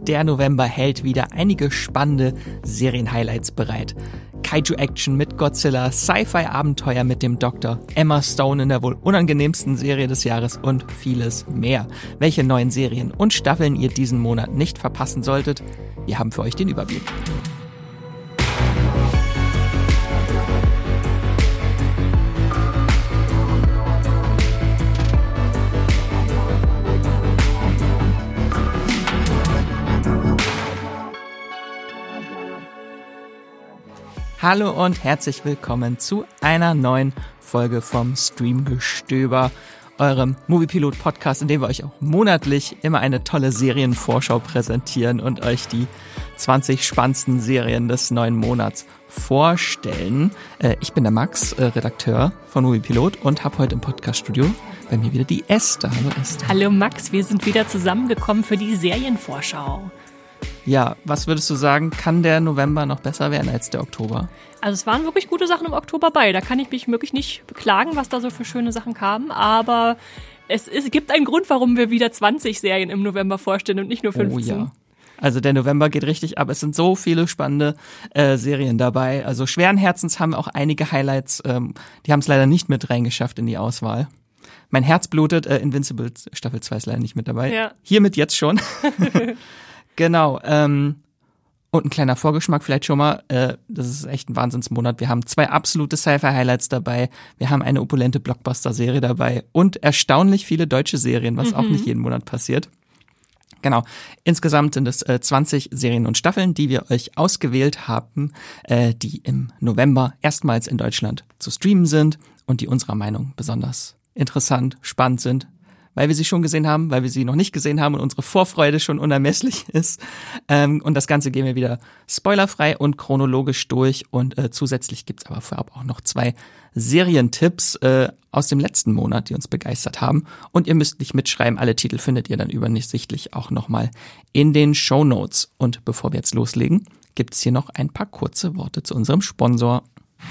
Der November hält wieder einige spannende Serien-Highlights bereit. Kaiju-Action mit Godzilla, Sci-Fi-Abenteuer mit dem Doktor, Emma Stone in der wohl unangenehmsten Serie des Jahres und vieles mehr. Welche neuen Serien und Staffeln ihr diesen Monat nicht verpassen solltet, wir haben für euch den Überblick. Hallo und herzlich willkommen zu einer neuen Folge vom Streamgestöber, eurem Moviepilot-Podcast, in dem wir euch auch monatlich immer eine tolle Serienvorschau präsentieren und euch die 20 spannendsten Serien des neuen Monats vorstellen. Ich bin der Max, Redakteur von Moviepilot und habe heute im Podcaststudio bei mir wieder die Esther. Hallo Esther. Hallo Max, wir sind wieder zusammengekommen für die Serienvorschau. Ja, was würdest du sagen, kann der November noch besser werden als der Oktober? Also es waren wirklich gute Sachen im Oktober bei. Da kann ich mich wirklich nicht beklagen, was da so für schöne Sachen kamen. Aber es gibt einen Grund, warum wir wieder 20 Serien im November vorstellen und nicht nur 15. Oh ja. Also der November geht richtig ab. Es sind so viele spannende Serien dabei. Also schweren Herzens haben wir auch einige Highlights. Die haben es leider nicht mit reingeschafft in die Auswahl. Mein Herz blutet. Invincible Staffel 2 ist leider nicht mit dabei. Ja. Hiermit jetzt schon. Genau, und ein kleiner Vorgeschmack vielleicht schon mal, das ist echt ein Wahnsinnsmonat. Wir haben 2 absolute Sci-Fi-Highlights dabei, wir haben eine opulente Blockbuster-Serie dabei und erstaunlich viele deutsche Serien, was auch nicht jeden Monat passiert. Genau, insgesamt sind es 20 Serien und Staffeln, die wir euch ausgewählt haben, die im November erstmals in Deutschland zu streamen sind und die unserer Meinung besonders interessant, spannend sind. Weil wir sie schon gesehen haben, weil wir sie noch nicht gesehen haben und unsere Vorfreude schon unermesslich ist. Und das Ganze gehen wir wieder spoilerfrei und chronologisch durch. Und zusätzlich gibt's aber vorab auch noch 2 Serientipps aus dem letzten Monat, die uns begeistert haben. Und ihr müsst nicht mitschreiben, alle Titel findet ihr dann übersichtlich auch nochmal in den Shownotes. Und bevor wir jetzt loslegen, gibt's hier noch ein paar kurze Worte zu unserem Sponsor.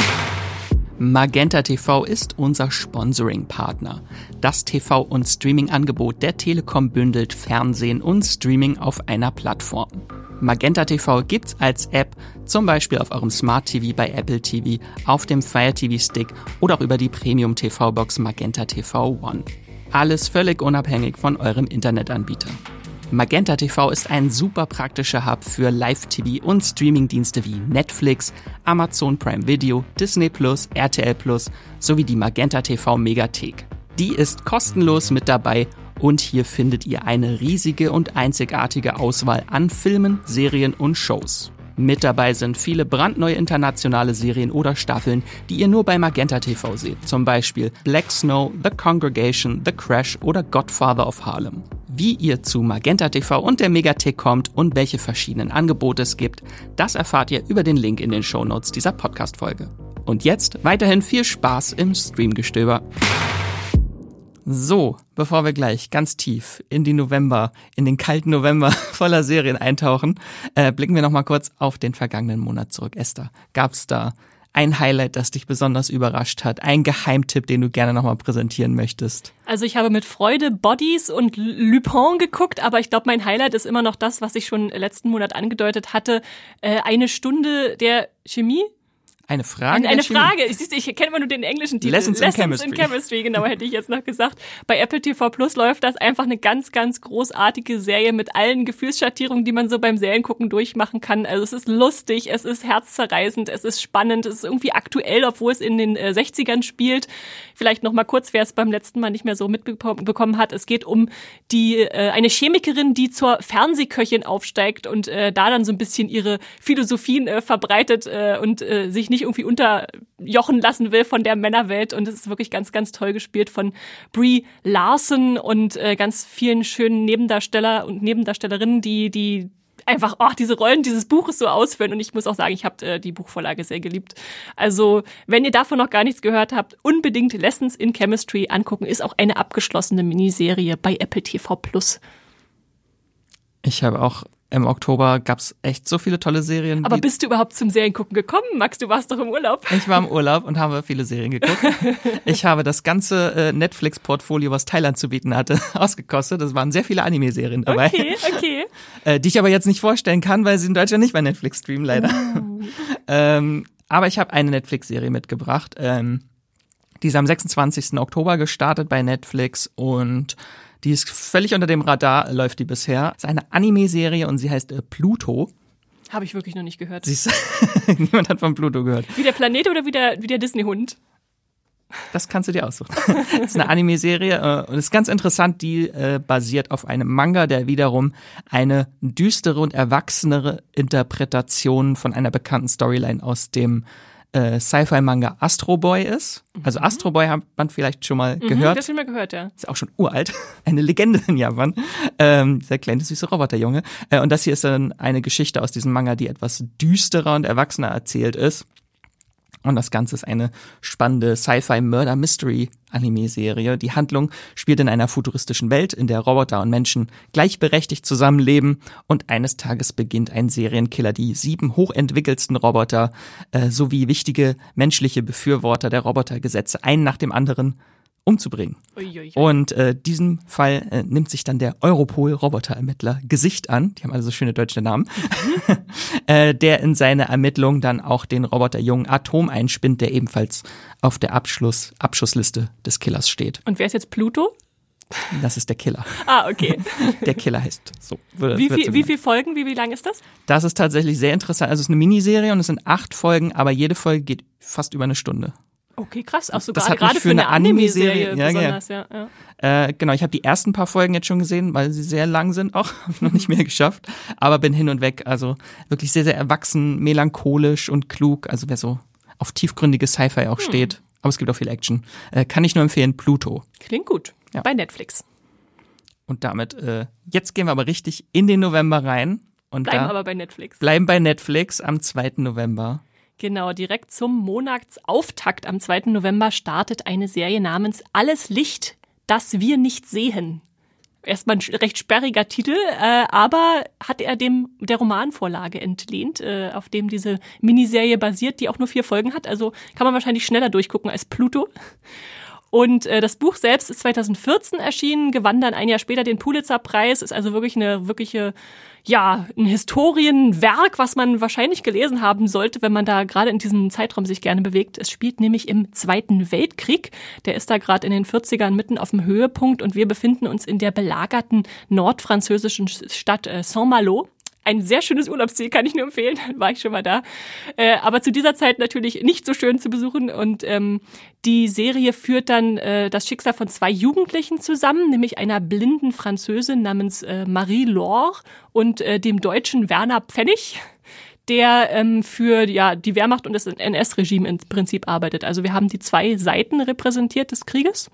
Magenta TV ist unser Sponsoring-Partner. Das TV- und Streaming-Angebot der Telekom bündelt Fernsehen und Streaming auf einer Plattform. Magenta TV gibt's als App, zum Beispiel auf eurem Smart TV bei Apple TV, auf dem Fire TV Stick oder auch über die Premium TV-Box Magenta TV One. Alles völlig unabhängig von eurem Internetanbieter. Magenta TV ist ein super praktischer Hub für Live-TV und Streamingdienste wie Netflix, Amazon Prime Video, Disney+, RTL+, sowie die Magenta TV Megathek. Die ist kostenlos mit dabei und hier findet ihr eine riesige und einzigartige Auswahl an Filmen, Serien und Shows. Mit dabei sind viele brandneue internationale Serien oder Staffeln, die ihr nur bei Magenta TV seht. Zum Beispiel Black Snow, The Congregation, The Crash oder Godfather of Harlem. Wie ihr zu Magenta TV und der Megathek kommt und welche verschiedenen Angebote es gibt, das erfahrt ihr über den Link in den Shownotes dieser Podcast-Folge. Und jetzt weiterhin viel Spaß im Streamgestöber. So, bevor wir gleich ganz tief in den kalten November voller Serien eintauchen, blicken wir nochmal kurz auf den vergangenen Monat zurück. Esther, gab's da ein Highlight, das dich besonders überrascht hat? Ein Geheimtipp, den du gerne nochmal präsentieren möchtest? Also ich habe mit Freude Bodies und Lupin geguckt, aber ich glaube, mein Highlight ist immer noch das, was ich schon letzten Monat angedeutet hatte. Eine Stunde der Chemie. Eine Frage? Eine Frage. Ich kenne immer nur den englischen Titel. Lessons in Chemistry. Genau, hätte ich jetzt noch gesagt. Bei Apple TV Plus läuft das einfach eine ganz, ganz großartige Serie mit allen Gefühlsschattierungen, die man so beim Seriengucken durchmachen kann. Also es ist lustig, es ist herzzerreißend, es ist spannend, es ist irgendwie aktuell, obwohl es in den 60ern spielt. Vielleicht noch mal kurz, wer es beim letzten Mal nicht mehr so mitbekommen hat. Es geht um eine Chemikerin, die zur Fernsehköchin aufsteigt und da dann so ein bisschen ihre Philosophien verbreitet und sich nicht irgendwie unterjochen lassen will von der Männerwelt. Und es ist wirklich ganz, ganz toll gespielt von Brie Larson und ganz vielen schönen Nebendarsteller und Nebendarstellerinnen, die einfach diese Rollen dieses Buches so ausführen. Und ich muss auch sagen, ich habe die Buchvorlage sehr geliebt. Also wenn ihr davon noch gar nichts gehört habt, unbedingt Lessons in Chemistry angucken. Ist auch eine abgeschlossene Miniserie bei Apple TV Plus. Ich habe auch Im Oktober gab's echt so viele tolle Serien. Aber bist du überhaupt zum Seriengucken gekommen, Max? Du warst doch im Urlaub. Ich war im Urlaub und habe viele Serien geguckt. Ich habe das ganze Netflix-Portfolio, was Thailand zu bieten hatte, ausgekostet. Es waren sehr viele Anime-Serien dabei. Okay. Die ich aber jetzt nicht vorstellen kann, weil sie in Deutschland nicht bei Netflix streamen, leider. Aber ich habe eine Netflix-Serie mitgebracht. Die ist am 26. Oktober gestartet bei Netflix und die ist völlig unter dem Radar, läuft die bisher. Es ist eine Anime-Serie und sie heißt Pluto. Habe ich wirklich noch nicht gehört. Niemand hat von Pluto gehört. Wie der Planet oder wie der Disney-Hund? Das kannst du dir aussuchen. Das ist eine Anime-Serie und ist ganz interessant, die basiert auf einem Manga, der wiederum eine düstere und erwachsenere Interpretation von einer bekannten Storyline aus dem Sci-Fi-Manga Astro Boy ist. Also Astro Boy hat man vielleicht schon mal gehört. Das haben wir gehört, ja. Ist auch schon uralt. Eine Legende in Japan. Dieser kleine, süße Roboterjunge. Und das hier ist dann eine Geschichte aus diesem Manga, die etwas düsterer und erwachsener erzählt ist. Und das Ganze ist eine spannende Sci-Fi-Murder-Mystery-Anime-Serie. Die Handlung spielt in einer futuristischen Welt, in der Roboter und Menschen gleichberechtigt zusammenleben. Und eines Tages beginnt ein Serienkiller, die 7 hochentwickelsten Roboter sowie wichtige menschliche Befürworter der Robotergesetze einen nach dem anderen umzubringen. Uiuiui. Und diesen Fall nimmt sich dann der Europol-Roboterermittler Gesicht an, die haben alle so schöne deutsche Namen, der in seine Ermittlung dann auch den Roboterjungen Atom einspinnt, der ebenfalls auf der Abschussliste des Killers steht. Und wer ist jetzt Pluto? Das ist der Killer. Ah, okay. Der Killer heißt so. Wie viele Folgen, wie lang ist das? Das ist tatsächlich sehr interessant. Also es ist eine Miniserie und es sind 8 Folgen, aber jede Folge geht fast über eine Stunde. Okay, krass. Auch so Das hat gerade mich für eine Anime-Serie ja, besonders, ja. Genau, ich habe die ersten paar Folgen jetzt schon gesehen, weil sie sehr lang sind auch, habe ich noch nicht mehr geschafft, aber bin hin und weg, also wirklich sehr, sehr erwachsen, melancholisch und klug, also wer so auf tiefgründige Sci-Fi auch steht, aber es gibt auch viel Action, kann ich nur empfehlen, Pluto. Klingt gut, Ja. bei Netflix. Und damit, jetzt gehen wir aber richtig in den November rein. Und Bleiben aber bei Netflix. Bleiben bei Netflix am 2. November. Genau, direkt zum Monatsauftakt am 2. November startet eine Serie namens Alles Licht, das wir nicht sehen. Erstmal ein recht sperriger Titel, aber hat er der Romanvorlage entlehnt, auf dem diese Miniserie basiert, die auch nur 4 Folgen hat. Also kann man wahrscheinlich schneller durchgucken als Pluto. Und das Buch selbst ist 2014 erschienen, gewann dann ein Jahr später den Pulitzer-Preis, ist also wirklich ein Historienwerk, was man wahrscheinlich gelesen haben sollte, wenn man da gerade in diesem Zeitraum sich gerne bewegt. Es spielt nämlich im Zweiten Weltkrieg. Der ist da gerade in den 40ern mitten auf dem Höhepunkt und wir befinden uns in der belagerten nordfranzösischen Stadt Saint-Malo. Ein sehr schönes Urlaubsziel, kann ich nur empfehlen, war ich schon mal da. Aber zu dieser Zeit natürlich nicht so schön zu besuchen. Und die Serie führt dann das Schicksal von 2 Jugendlichen zusammen, nämlich einer blinden Französin namens Marie-Laure und dem deutschen Werner Pfennig, der für die Wehrmacht und das NS-Regime im Prinzip arbeitet. Also wir haben die 2 Seiten repräsentiert des Krieges.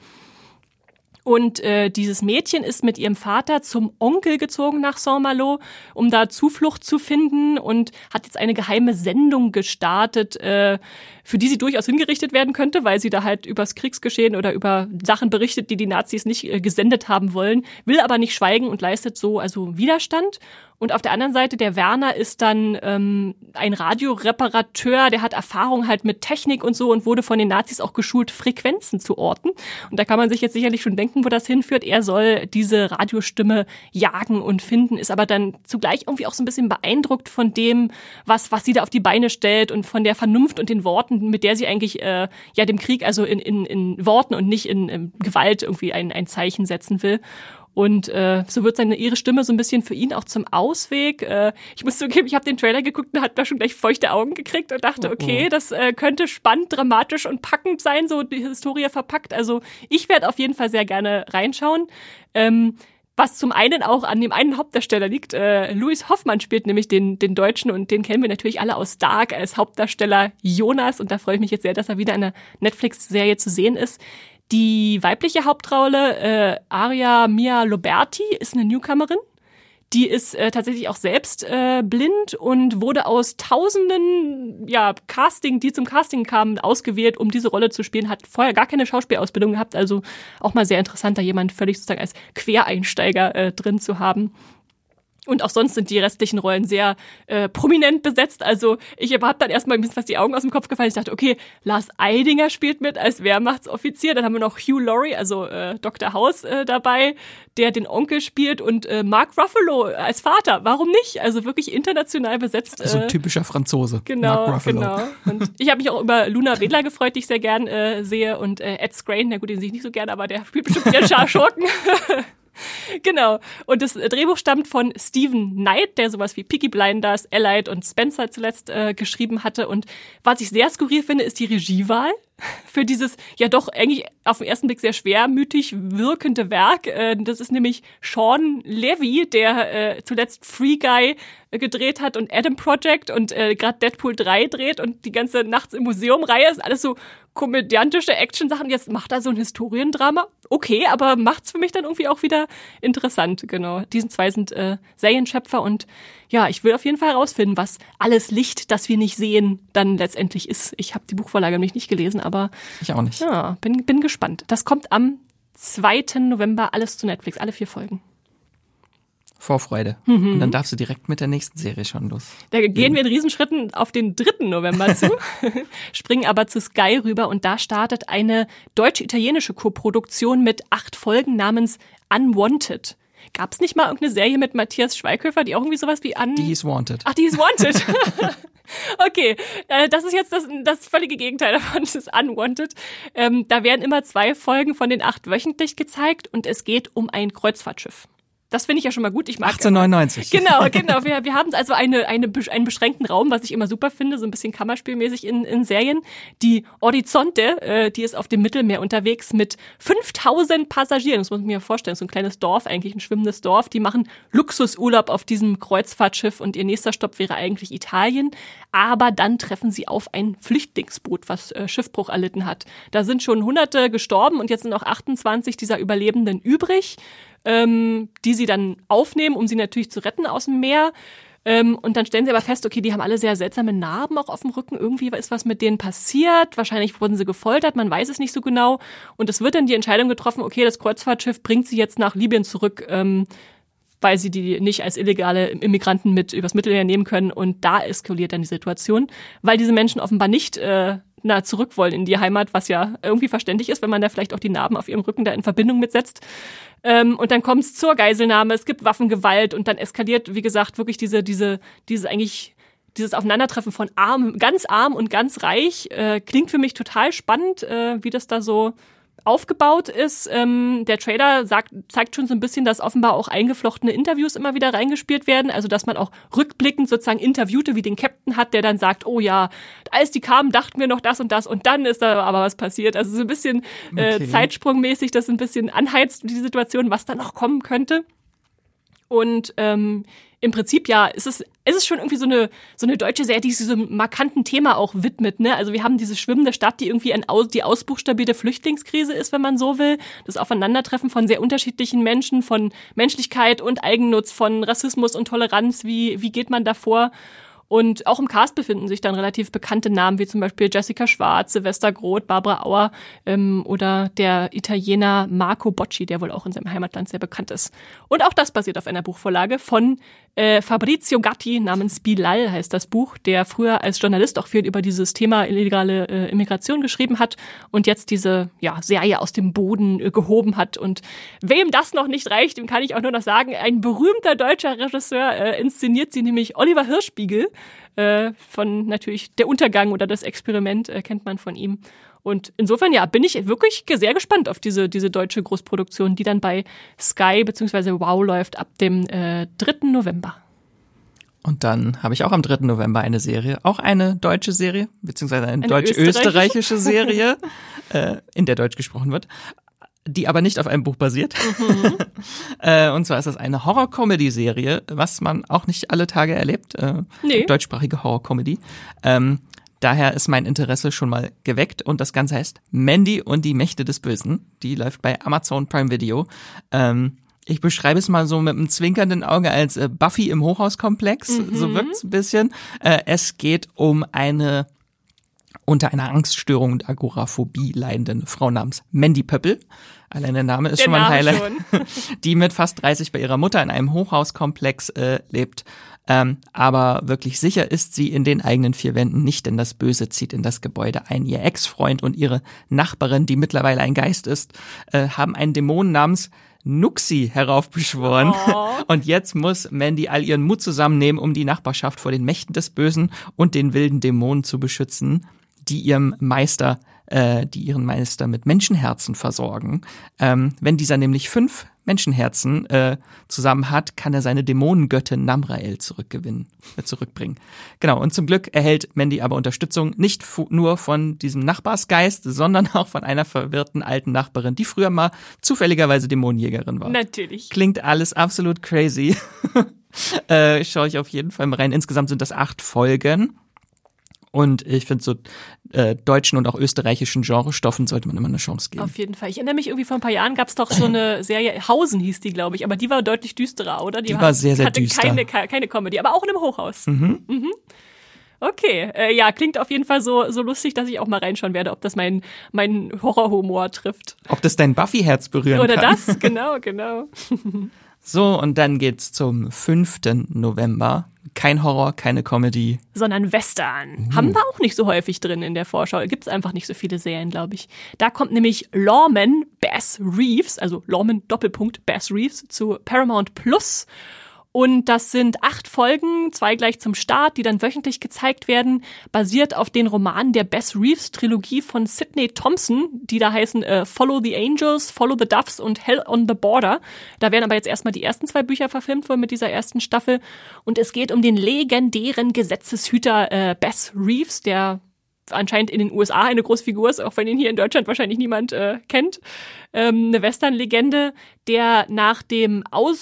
Und dieses Mädchen ist mit ihrem Vater zum Onkel gezogen nach Saint-Malo, um da Zuflucht zu finden und hat jetzt eine geheime Sendung gestartet, für die sie durchaus hingerichtet werden könnte, weil sie da halt übers Kriegsgeschehen oder über Sachen berichtet, die Nazis nicht gesendet haben wollen, will aber nicht schweigen und leistet so also Widerstand. Und auf der anderen Seite, der Werner ist dann ein Radioreparateur, der hat Erfahrung halt mit Technik und so und wurde von den Nazis auch geschult, Frequenzen zu orten. Und da kann man sich jetzt sicherlich schon denken, wo das hinführt. Er soll diese Radiostimme jagen und finden, ist aber dann zugleich irgendwie auch so ein bisschen beeindruckt von dem, was sie da auf die Beine stellt und von der Vernunft und den Worten, mit der sie eigentlich dem Krieg also in Worten und nicht in Gewalt irgendwie ein Zeichen setzen will. Und so wird ihre Stimme so ein bisschen für ihn auch zum Ausweg. Ich muss zugeben, ich habe den Trailer geguckt und hat da schon gleich feuchte Augen gekriegt und dachte, okay, das könnte spannend, dramatisch und packend sein, so die Historie verpackt. Also ich werde auf jeden Fall sehr gerne reinschauen. Was zum einen auch an dem einen Hauptdarsteller liegt. Louis Hoffmann spielt nämlich den Deutschen und den kennen wir natürlich alle aus Dark als Hauptdarsteller Jonas. Und da freue ich mich jetzt sehr, dass er wieder in einer Netflix-Serie zu sehen ist. Die weibliche Hauptrolle, Aria Mia Loberti, ist eine Newcomerin. Die ist tatsächlich auch selbst blind und wurde aus tausenden die zum Casting kamen, ausgewählt, um diese Rolle zu spielen. Hat vorher gar keine Schauspielausbildung gehabt, also auch mal sehr interessant, da jemand völlig sozusagen als Quereinsteiger drin zu haben. Und auch sonst sind die restlichen Rollen sehr prominent besetzt. Also ich habe dann erstmal ein bisschen fast die Augen aus dem Kopf gefallen. Ich dachte, okay, Lars Eidinger spielt mit als Wehrmachtsoffizier. Dann haben wir noch Hugh Laurie, also Dr. House dabei, der den Onkel spielt. Und Mark Ruffalo als Vater. Warum nicht? Also wirklich international besetzt. So ein typischer Franzose. Genau, Mark Ruffalo. genau. Und ich habe mich auch über Luna Wedler gefreut, die ich sehr gern sehe. Und Ed Skrein, na gut, den sehe ich nicht so gern, aber der spielt bestimmt wieder Schurken. Genau. Und das Drehbuch stammt von Stephen Knight, der sowas wie Peaky Blinders, Allied und Spencer zuletzt geschrieben hatte. Und was ich sehr skurril finde, ist die Regiewahl für dieses ja doch eigentlich auf den ersten Blick sehr schwermütig wirkende Werk. Das ist nämlich Sean Levy, der zuletzt Free Guy gedreht hat und Adam Project und gerade Deadpool 3 dreht und die ganze Nachts im Museum-Reihe ist alles so komödiantische Action-Sachen. Jetzt macht er so ein Historiendrama. Okay, aber macht's für mich dann irgendwie auch wieder interessant, genau. Diesen zwei sind Serienschöpfer und ja, ich will auf jeden Fall herausfinden, was alles Licht, das wir nicht sehen, dann letztendlich ist. Ich habe die Buchvorlage nämlich nicht gelesen, aber ich auch nicht. Ja, bin gespannt. Das kommt am 2. November, alles zu Netflix, alle 4 Folgen. Vorfreude. Und dann darfst du direkt mit der nächsten Serie schon los. Da gehen wir in Riesenschritten auf den 3. November zu, springen aber zu Sky rüber und da startet eine deutsch-italienische Koproduktion mit 8 Folgen namens Unwanted. Gab's nicht mal irgendeine Serie mit Matthias Schweighöfer, die auch irgendwie sowas wie Die hieß Wanted. Ach, die hieß Wanted. Okay, das ist jetzt das völlige Gegenteil davon, das ist Unwanted. Da werden immer 2 Folgen von den 8 wöchentlich gezeigt und es geht um ein Kreuzfahrtschiff. Das finde ich ja schon mal gut. Ich mag 1899. Genau. Wir haben also einen beschränkten Raum, was ich immer super finde, so ein bisschen kammerspielmäßig in Serien. Die Horizonte, die ist auf dem Mittelmeer unterwegs mit 5000 Passagieren. Das muss man mir vorstellen, so ein kleines Dorf, eigentlich ein schwimmendes Dorf. Die machen Luxusurlaub auf diesem Kreuzfahrtschiff und ihr nächster Stopp wäre eigentlich Italien. Aber dann treffen sie auf ein Flüchtlingsboot, was Schiffbruch erlitten hat. Da sind schon Hunderte gestorben und jetzt sind noch 28 dieser Überlebenden übrig, die sie dann aufnehmen, um sie natürlich zu retten aus dem Meer. Und dann stellen sie aber fest, okay, die haben alle sehr seltsame Narben auch auf dem Rücken. Irgendwie ist was mit denen passiert. Wahrscheinlich wurden sie gefoltert, man weiß es nicht so genau. Und es wird dann die Entscheidung getroffen, okay, das Kreuzfahrtschiff bringt sie jetzt nach Libyen zurück, weil sie die nicht als illegale Immigranten mit übers Mittelmeer nehmen können. Und da eskaliert dann die Situation, weil diese Menschen offenbar nicht zurück wollen in die Heimat, was ja irgendwie verständlich ist, wenn man da vielleicht auch die Narben auf ihrem Rücken da in Verbindung mitsetzt. Und dann kommt es zur Geiselnahme, es gibt Waffengewalt und dann eskaliert, wie gesagt, wirklich dieses Aufeinandertreffen von ganz arm und ganz reich. Klingt für mich total spannend, wie das da so aufgebaut ist. Der Trailer zeigt schon so ein bisschen, dass offenbar auch eingeflochtene Interviews immer wieder reingespielt werden. Also, dass man auch rückblickend sozusagen Interviewte wie den Captain hat, der dann sagt, oh ja, als die kamen, dachten wir noch das und dann ist da aber was passiert. Also so ein bisschen zeitsprungmäßig, das ein bisschen anheizt, die Situation, was da noch kommen könnte. Und im Prinzip ja, ist es schon irgendwie so eine deutsche Serie, die sich so einem markanten Thema auch widmet, ne? Also wir haben diese schwimmende Stadt, die irgendwie die ausbuchstabierte Flüchtlingskrise ist, wenn man so will. Das Aufeinandertreffen von sehr unterschiedlichen Menschen, von Menschlichkeit und Eigennutz, von Rassismus und Toleranz. Wie geht man da vor? Und auch im Cast befinden sich dann relativ bekannte Namen, wie zum Beispiel Jessica Schwarz, Sylvester Groth, Barbara Auer oder der Italiener Marco Bocci, der wohl auch in seinem Heimatland sehr bekannt ist. Und auch das basiert auf einer Buchvorlage von Fabrizio Gatti namens Bilal heißt das Buch, der früher als Journalist auch viel über dieses Thema illegale Immigration geschrieben hat und jetzt diese Serie aus dem Boden gehoben hat. Und wem das noch nicht reicht, dem kann ich auch nur noch sagen, ein berühmter deutscher Regisseur inszeniert sie, nämlich Oliver Hirschbiegel, von natürlich Der Untergang oder Das Experiment kennt man von ihm. Und insofern, bin ich wirklich sehr gespannt auf diese deutsche Großproduktion, die dann bei Sky bzw. Wow läuft ab dem 3. November. Und dann habe ich auch am 3. November eine Serie, auch eine deutsche Serie, beziehungsweise eine deutsch-österreichische Serie, in der Deutsch gesprochen wird, die aber nicht auf einem Buch basiert. Und zwar ist das eine Horror-Comedy-Serie, was man auch nicht alle Tage erlebt. Nee. Deutschsprachige Horror-Comedy. Daher ist mein Interesse schon mal geweckt und das Ganze heißt Mandy und die Mächte des Bösen. Die läuft bei Amazon Prime Video. Ich beschreibe es mal so mit einem zwinkernden Auge als Buffy im Hochhauskomplex. So wirkt's ein bisschen. Es geht um eine unter einer Angststörung und Agoraphobie leidenden Frau namens Mandy Pöppel. Allein der Name ist schon mal ein Highlight. Die mit fast 30 bei ihrer Mutter in einem Hochhauskomplex lebt. Aber wirklich sicher ist sie in den eigenen 4 Wänden nicht, denn das Böse zieht in das Gebäude ein. Ihr Ex-Freund und ihre Nachbarin, die mittlerweile ein Geist ist, haben einen Dämon namens Nuxi heraufbeschworen. Oh. Und jetzt muss Mandy all ihren Mut zusammennehmen, um die Nachbarschaft vor den Mächten des Bösen und den wilden Dämonen zu beschützen, die ihren Meister mit Menschenherzen versorgen. Wenn dieser nämlich 5 Menschenherzen zusammen hat, kann er seine Dämonengöttin Namrael zurückbringen. Genau, und zum Glück erhält Mandy aber Unterstützung nicht nur von diesem Nachbarsgeist, sondern auch von einer verwirrten alten Nachbarin, die früher mal zufälligerweise Dämonenjägerin war. Natürlich. Klingt alles absolut crazy. Schaue ich auf jeden Fall mal rein. Insgesamt sind das 8 Folgen. Und ich finde, so deutschen und auch österreichischen Genrestoffen sollte man immer eine Chance geben. Auf jeden Fall. Ich erinnere mich, irgendwie vor ein paar Jahren gab es doch so eine Serie, Hausen hieß die, glaube ich, aber die war deutlich düsterer, oder? Die war sehr, sehr hatte düster. Keine Comedy, aber auch in einem Hochhaus. Okay, ja, klingt auf jeden Fall so lustig, dass ich auch mal reinschauen werde, ob das mein Horrorhumor trifft. Ob das dein Buffy-Herz berühren Oder kann. das, genau. So, und dann geht's zum 5. November. Kein Horror, keine Comedy. Sondern Western. Haben wir auch nicht so häufig drin in der Vorschau. Gibt's einfach nicht so viele Serien, glaube ich. Da kommt nämlich Lawman Bass Reeves, also Lawman Doppelpunkt Bass Reeves zu Paramount Plus. Und das sind 8 Folgen, 2 gleich zum Start, die dann wöchentlich gezeigt werden, basiert auf den Romanen der Bass Reeves Trilogie von Sidney Thompson, die da heißen Follow the Angels, Follow the Doves und Hell on the Border. Da werden aber jetzt erstmal die ersten 2 Bücher verfilmt worden mit dieser ersten Staffel. Und es geht um den legendären Gesetzeshüter Bass Reeves, der anscheinend in den USA eine große Figur ist, auch wenn ihn hier in Deutschland wahrscheinlich niemand kennt. Eine Western-Legende, der nach dem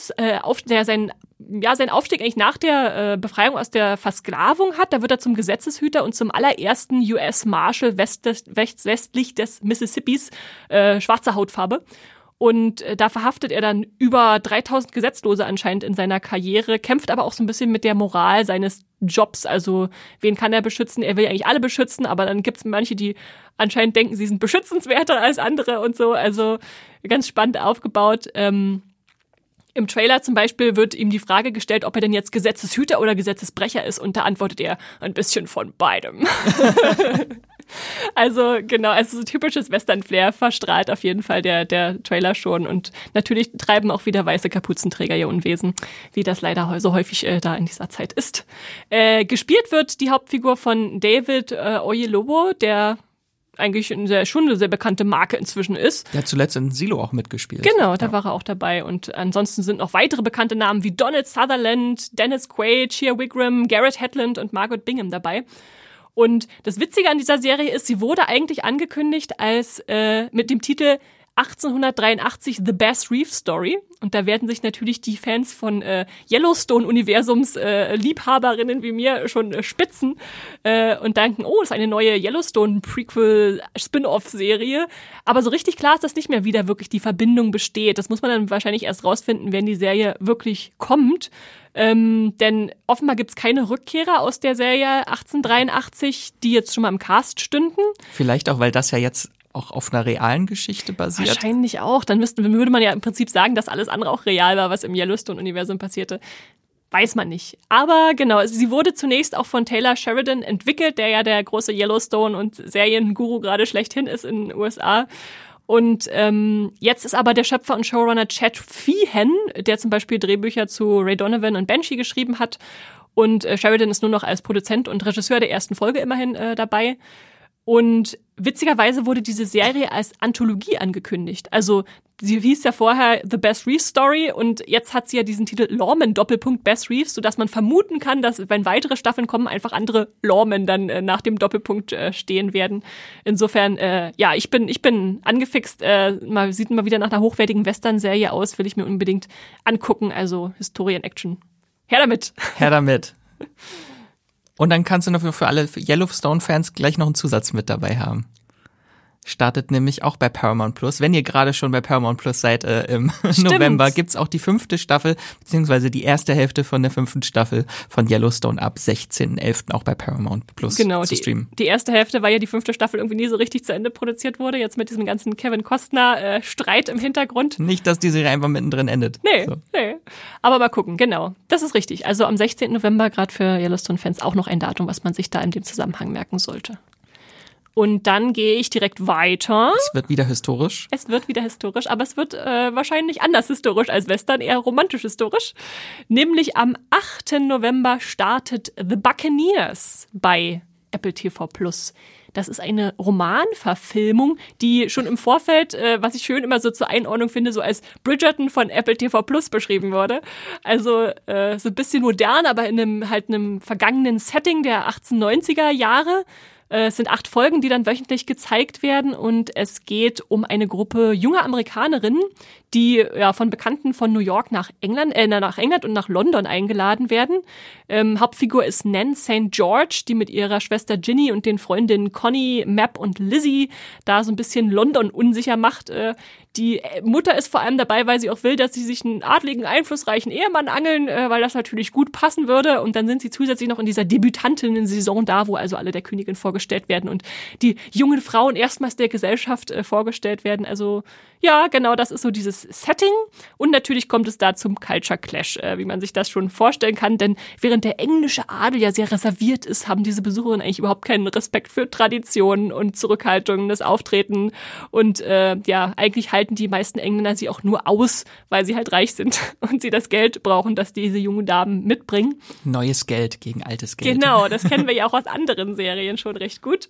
seinen Aufstieg eigentlich nach der Befreiung aus der Versklavung hat. Da wird er zum Gesetzeshüter und zum allerersten US Marshal westlich des Mississippis, schwarzer Hautfarbe. Und da verhaftet er dann über 3000 Gesetzlose anscheinend in seiner Karriere, kämpft aber auch so ein bisschen mit der Moral seines Jobs. Also wen kann er beschützen? Er will ja eigentlich alle beschützen, aber dann gibt es manche, die anscheinend denken, sie sind beschützenswerter als andere und so. Also ganz spannend aufgebaut. Im Trailer zum Beispiel wird ihm die Frage gestellt, ob er denn jetzt Gesetzeshüter oder Gesetzesbrecher ist. Und da antwortet er, ein bisschen von beidem. Also genau, also so typisches Western-Flair verstrahlt auf jeden Fall der Trailer schon. Und natürlich treiben auch wieder weiße Kapuzenträger ihr Unwesen, wie das leider so häufig da in dieser Zeit ist. Gespielt wird die Hauptfigur von David Oyelowo, der eigentlich schon eine sehr bekannte Marke inzwischen ist. Der hat zuletzt in Silo auch mitgespielt. Genau, da war er auch dabei. Und ansonsten sind noch weitere bekannte Namen wie Donald Sutherland, Dennis Quaid, Shea Wigram, Garrett Hedlund und Margot Bingham dabei. Und das Witzige an dieser Serie ist, sie wurde eigentlich angekündigt als mit dem Titel 1883 The Bass Reeves Story. Und da werden sich natürlich die Fans von Yellowstone-Universums Liebhaberinnen wie mir schon spitzen und denken, oh, das ist eine neue Yellowstone-Prequel-Spin-Off-Serie. Aber so richtig klar ist das nicht mehr, wie da wirklich die Verbindung besteht. Das muss man dann wahrscheinlich erst rausfinden, wenn die Serie wirklich kommt. Denn offenbar gibt's keine Rückkehrer aus der Serie 1883, die jetzt schon mal im Cast stünden. Vielleicht auch, weil das ja jetzt auch auf einer realen Geschichte basiert. Wahrscheinlich auch. Dann würde man ja im Prinzip sagen, dass alles andere auch real war, was im Yellowstone-Universum passierte. Weiß man nicht. Aber genau, also sie wurde zunächst auch von Taylor Sheridan entwickelt, der ja der große Yellowstone- und Serienguru gerade schlechthin ist in den USA. Und jetzt ist aber der Schöpfer und Showrunner Chad Feehan, der zum Beispiel Drehbücher zu Ray Donovan und Banshee geschrieben hat. Und Sheridan ist nur noch als Produzent und Regisseur der ersten Folge immerhin dabei. Und witzigerweise wurde diese Serie als Anthologie angekündigt. Also sie hieß ja vorher The Bass Reeves Story und jetzt hat sie ja diesen Titel Lawman Doppelpunkt Bass Reeves, sodass man vermuten kann, dass wenn weitere Staffeln kommen, einfach andere Lawmen dann nach dem Doppelpunkt stehen werden. Insofern, ja, ich bin angefixt. Sieht mal wieder nach einer hochwertigen Western-Serie aus, will ich mir unbedingt angucken. Also Historien-Action. Her damit! Her damit! Und dann kannst du noch für alle Yellowstone-Fans gleich noch einen Zusatz mit dabei haben. startet nämlich auch bei Paramount Plus. Wenn ihr gerade schon bei Paramount Plus seid im November, gibt's auch die 5. Staffel, beziehungsweise die erste Hälfte von der 5. Staffel von Yellowstone ab 16.11. auch bei Paramount Plus zu streamen. Die erste Hälfte, weil ja die 5. Staffel irgendwie nie so richtig zu Ende produziert wurde, jetzt mit diesem ganzen Kevin Costner Streit im Hintergrund. Nicht, dass die Serie einfach mittendrin endet. Nee. Aber mal gucken, genau. Das ist richtig. Also am 16. November, gerade für Yellowstone-Fans, auch noch ein Datum, was man sich da in dem Zusammenhang merken sollte. Und dann gehe ich direkt weiter. Es wird wieder historisch. Aber es wird wahrscheinlich anders historisch als Western, eher romantisch historisch. Nämlich am 8. November startet The Buccaneers bei Apple TV+. Das ist eine Romanverfilmung, die schon im Vorfeld, was ich schön immer so zur Einordnung finde, so als Bridgerton von Apple TV+ beschrieben wurde. Also so ein bisschen modern, aber in einem vergangenen Setting der 1890er Jahre. Es sind 8 Folgen, die dann wöchentlich gezeigt werden und es geht um eine Gruppe junger Amerikanerinnen, die von Bekannten von New York nach England und nach London eingeladen werden. Hauptfigur ist Nan St. George, die mit ihrer Schwester Ginny und den Freundinnen Connie, Mab und Lizzie da so ein bisschen London unsicher macht. Die Mutter ist vor allem dabei, weil sie auch will, dass sie sich einen adligen, einflussreichen Ehemann angeln, weil das natürlich gut passen würde. Und dann sind sie zusätzlich noch in dieser Debütantinnen-Saison da, wo also alle der Königin vorgestellt werden und die jungen Frauen erstmals der Gesellschaft vorgestellt werden. Also ja, genau, das ist so dieses Setting. Und natürlich kommt es da zum Culture Clash, wie man sich das schon vorstellen kann. Denn während der englische Adel ja sehr reserviert ist, haben diese Besucherinnen eigentlich überhaupt keinen Respekt für Traditionen und Zurückhaltung, das Auftreten. Und eigentlich halten die meisten Engländer sie auch nur aus, weil sie halt reich sind und sie das Geld brauchen, das diese jungen Damen mitbringen. Neues Geld gegen altes Geld. Genau, das kennen wir ja auch aus anderen Serien schon recht gut.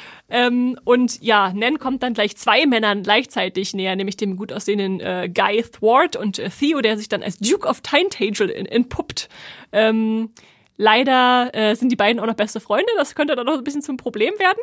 Und ja, Nan kommt dann gleich 2 Männern gleichzeitig näher, nämlich dem gut aussehenden Guy Thwart und Theo, der sich dann als Duke of Tintagel entpuppt. Leider sind die beiden auch noch beste Freunde, das könnte dann noch ein bisschen zum Problem werden.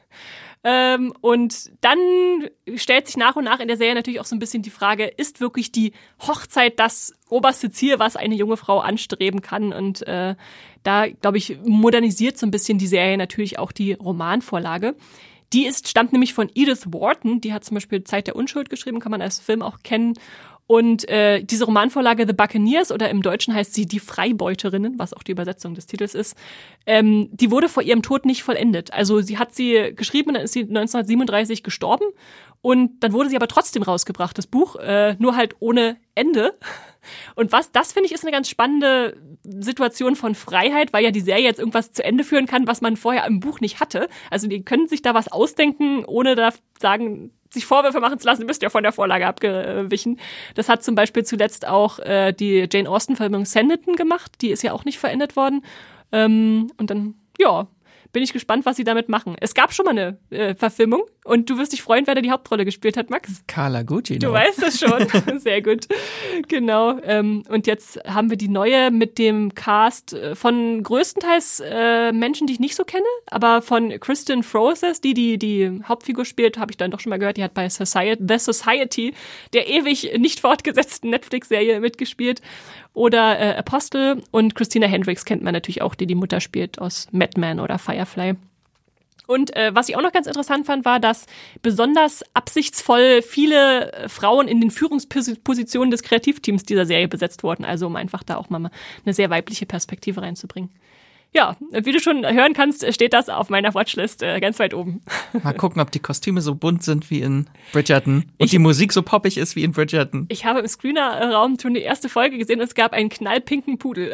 Und dann stellt sich nach und nach in der Serie natürlich auch so ein bisschen die Frage, ist wirklich die Hochzeit das oberste Ziel, was eine junge Frau anstreben kann? Und da, glaube ich, modernisiert so ein bisschen die Serie natürlich auch die Romanvorlage. Die stammt nämlich von Edith Wharton, die hat zum Beispiel Zeit der Unschuld geschrieben, kann man als Film auch kennen. Und diese Romanvorlage The Buccaneers, oder im Deutschen heißt sie Die Freibeuterinnen, was auch die Übersetzung des Titels ist, die wurde vor ihrem Tod nicht vollendet. Also sie hat sie geschrieben und dann ist sie 1937 gestorben und dann wurde sie aber trotzdem rausgebracht, das Buch, nur halt ohne Ende. Und das finde ich ist eine ganz spannende Situation von Freiheit, weil ja die Serie jetzt irgendwas zu Ende führen kann, was man vorher im Buch nicht hatte. Also die können sich da was ausdenken, ohne da sich Vorwürfe machen zu lassen, müsst ihr von der Vorlage abgewichen. Das hat zum Beispiel zuletzt auch die Jane Austen-Verfilmung Sanditon gemacht. Die ist ja auch nicht verendet worden. Und dann, bin ich gespannt, was sie damit machen. Es gab schon mal eine Verfilmung und du wirst dich freuen, wer da die Hauptrolle gespielt hat, Max. Carla Gugino. Du weißt das schon. Sehr gut. Genau. Und jetzt haben wir die neue mit dem Cast von größtenteils Menschen, die ich nicht so kenne, aber von Kristen Froese, die Hauptfigur spielt, habe ich dann doch schon mal gehört, die hat bei The Society, der ewig nicht fortgesetzten Netflix-Serie, mitgespielt. Oder Apostel, und Christina Hendricks kennt man natürlich auch, die Mutter spielt aus Mad Men oder Firefly. Und was ich auch noch ganz interessant fand, war, dass besonders absichtsvoll viele Frauen in den Führungspositionen des Kreativteams dieser Serie besetzt wurden. Also um einfach da auch mal eine sehr weibliche Perspektive reinzubringen. Ja, wie du schon hören kannst, steht das auf meiner Watchlist ganz weit oben. Mal gucken, ob die Kostüme so bunt sind wie in Bridgerton und die Musik so poppig ist wie in Bridgerton. Ich habe im Screener-Raum schon die erste Folge gesehen und es gab einen knallpinken Pudel.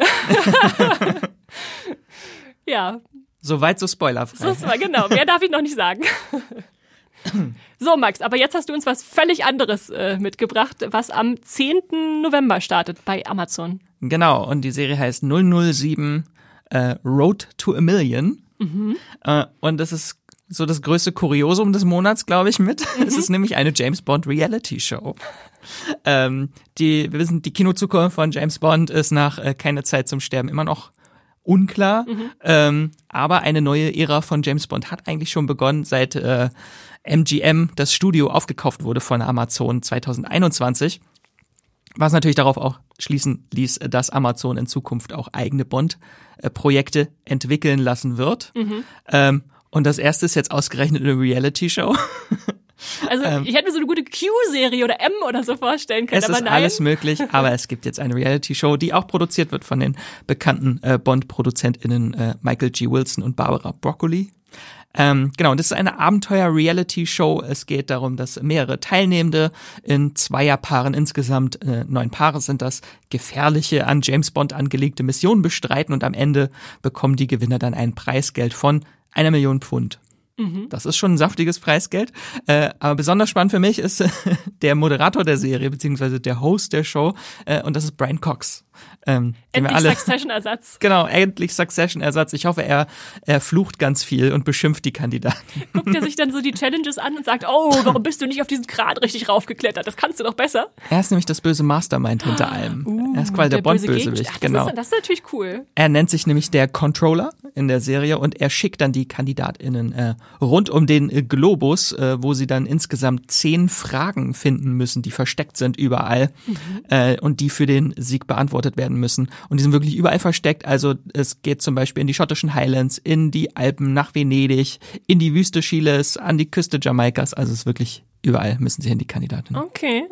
Ja. Soweit so spoilerfrei. Genau, mehr darf ich noch nicht sagen. So, Max, aber jetzt hast du uns was völlig anderes mitgebracht, was am 10. November startet bei Amazon. Genau, und die Serie heißt 007 Road to a Million. Mhm. Und das ist so das größte Kuriosum des Monats, glaube ich, mit. Mhm. Es ist nämlich eine James Bond Reality Show. Wir wissen, die Kinozukunft von James Bond ist nach Keine Zeit zum Sterben immer noch unklar. Mhm. Aber eine neue Ära von James Bond hat eigentlich schon begonnen, seit MGM, das Studio, aufgekauft wurde von Amazon 2021. Was natürlich darauf auch schließen ließ, dass Amazon in Zukunft auch eigene Bond-Projekte entwickeln lassen wird. Mhm. Und das erste ist jetzt ausgerechnet eine Reality-Show. Also ich hätte mir so eine gute Q-Serie oder M oder so vorstellen können. Es ist alles möglich, aber es gibt jetzt eine Reality-Show, die auch produziert wird von den bekannten Bond-ProduzentInnen Michael G. Wilson und Barbara Broccoli. Genau, und das ist eine Abenteuer-Reality-Show. Es geht darum, dass mehrere Teilnehmende in Zweierpaaren, insgesamt 9 Paare sind das, gefährliche, an James Bond angelegte Missionen bestreiten und am Ende bekommen die Gewinner dann ein Preisgeld von 1 Million Pfund. Das ist schon ein saftiges Preisgeld. Aber besonders spannend für mich ist der Moderator der Serie, beziehungsweise der Host der Show, und das ist Brian Cox. Endlich Succession-Ersatz. Genau, endlich Succession-Ersatz. Ich hoffe, er flucht ganz viel und beschimpft die Kandidaten. Guckt er sich dann so die Challenges an und sagt, oh, warum bist du nicht auf diesen Grat richtig raufgeklettert? Das kannst du doch besser. Er ist nämlich das böse Mastermind hinter allem. Er ist quasi der Bond-Bösewicht. Genau. Das ist natürlich cool. Er nennt sich nämlich der Controller in der Serie und er schickt dann die KandidatInnen rund um den Globus, wo sie dann insgesamt 10 Fragen finden müssen, die versteckt sind überall und die für den Sieg beantwortet werden müssen. Und die sind wirklich überall versteckt. Also es geht zum Beispiel in die schottischen Highlands, in die Alpen, nach Venedig, in die Wüste Chiles, an die Küste Jamaikas. Also es ist wirklich überall müssen sie hin, die Kandidatinnen. Okay.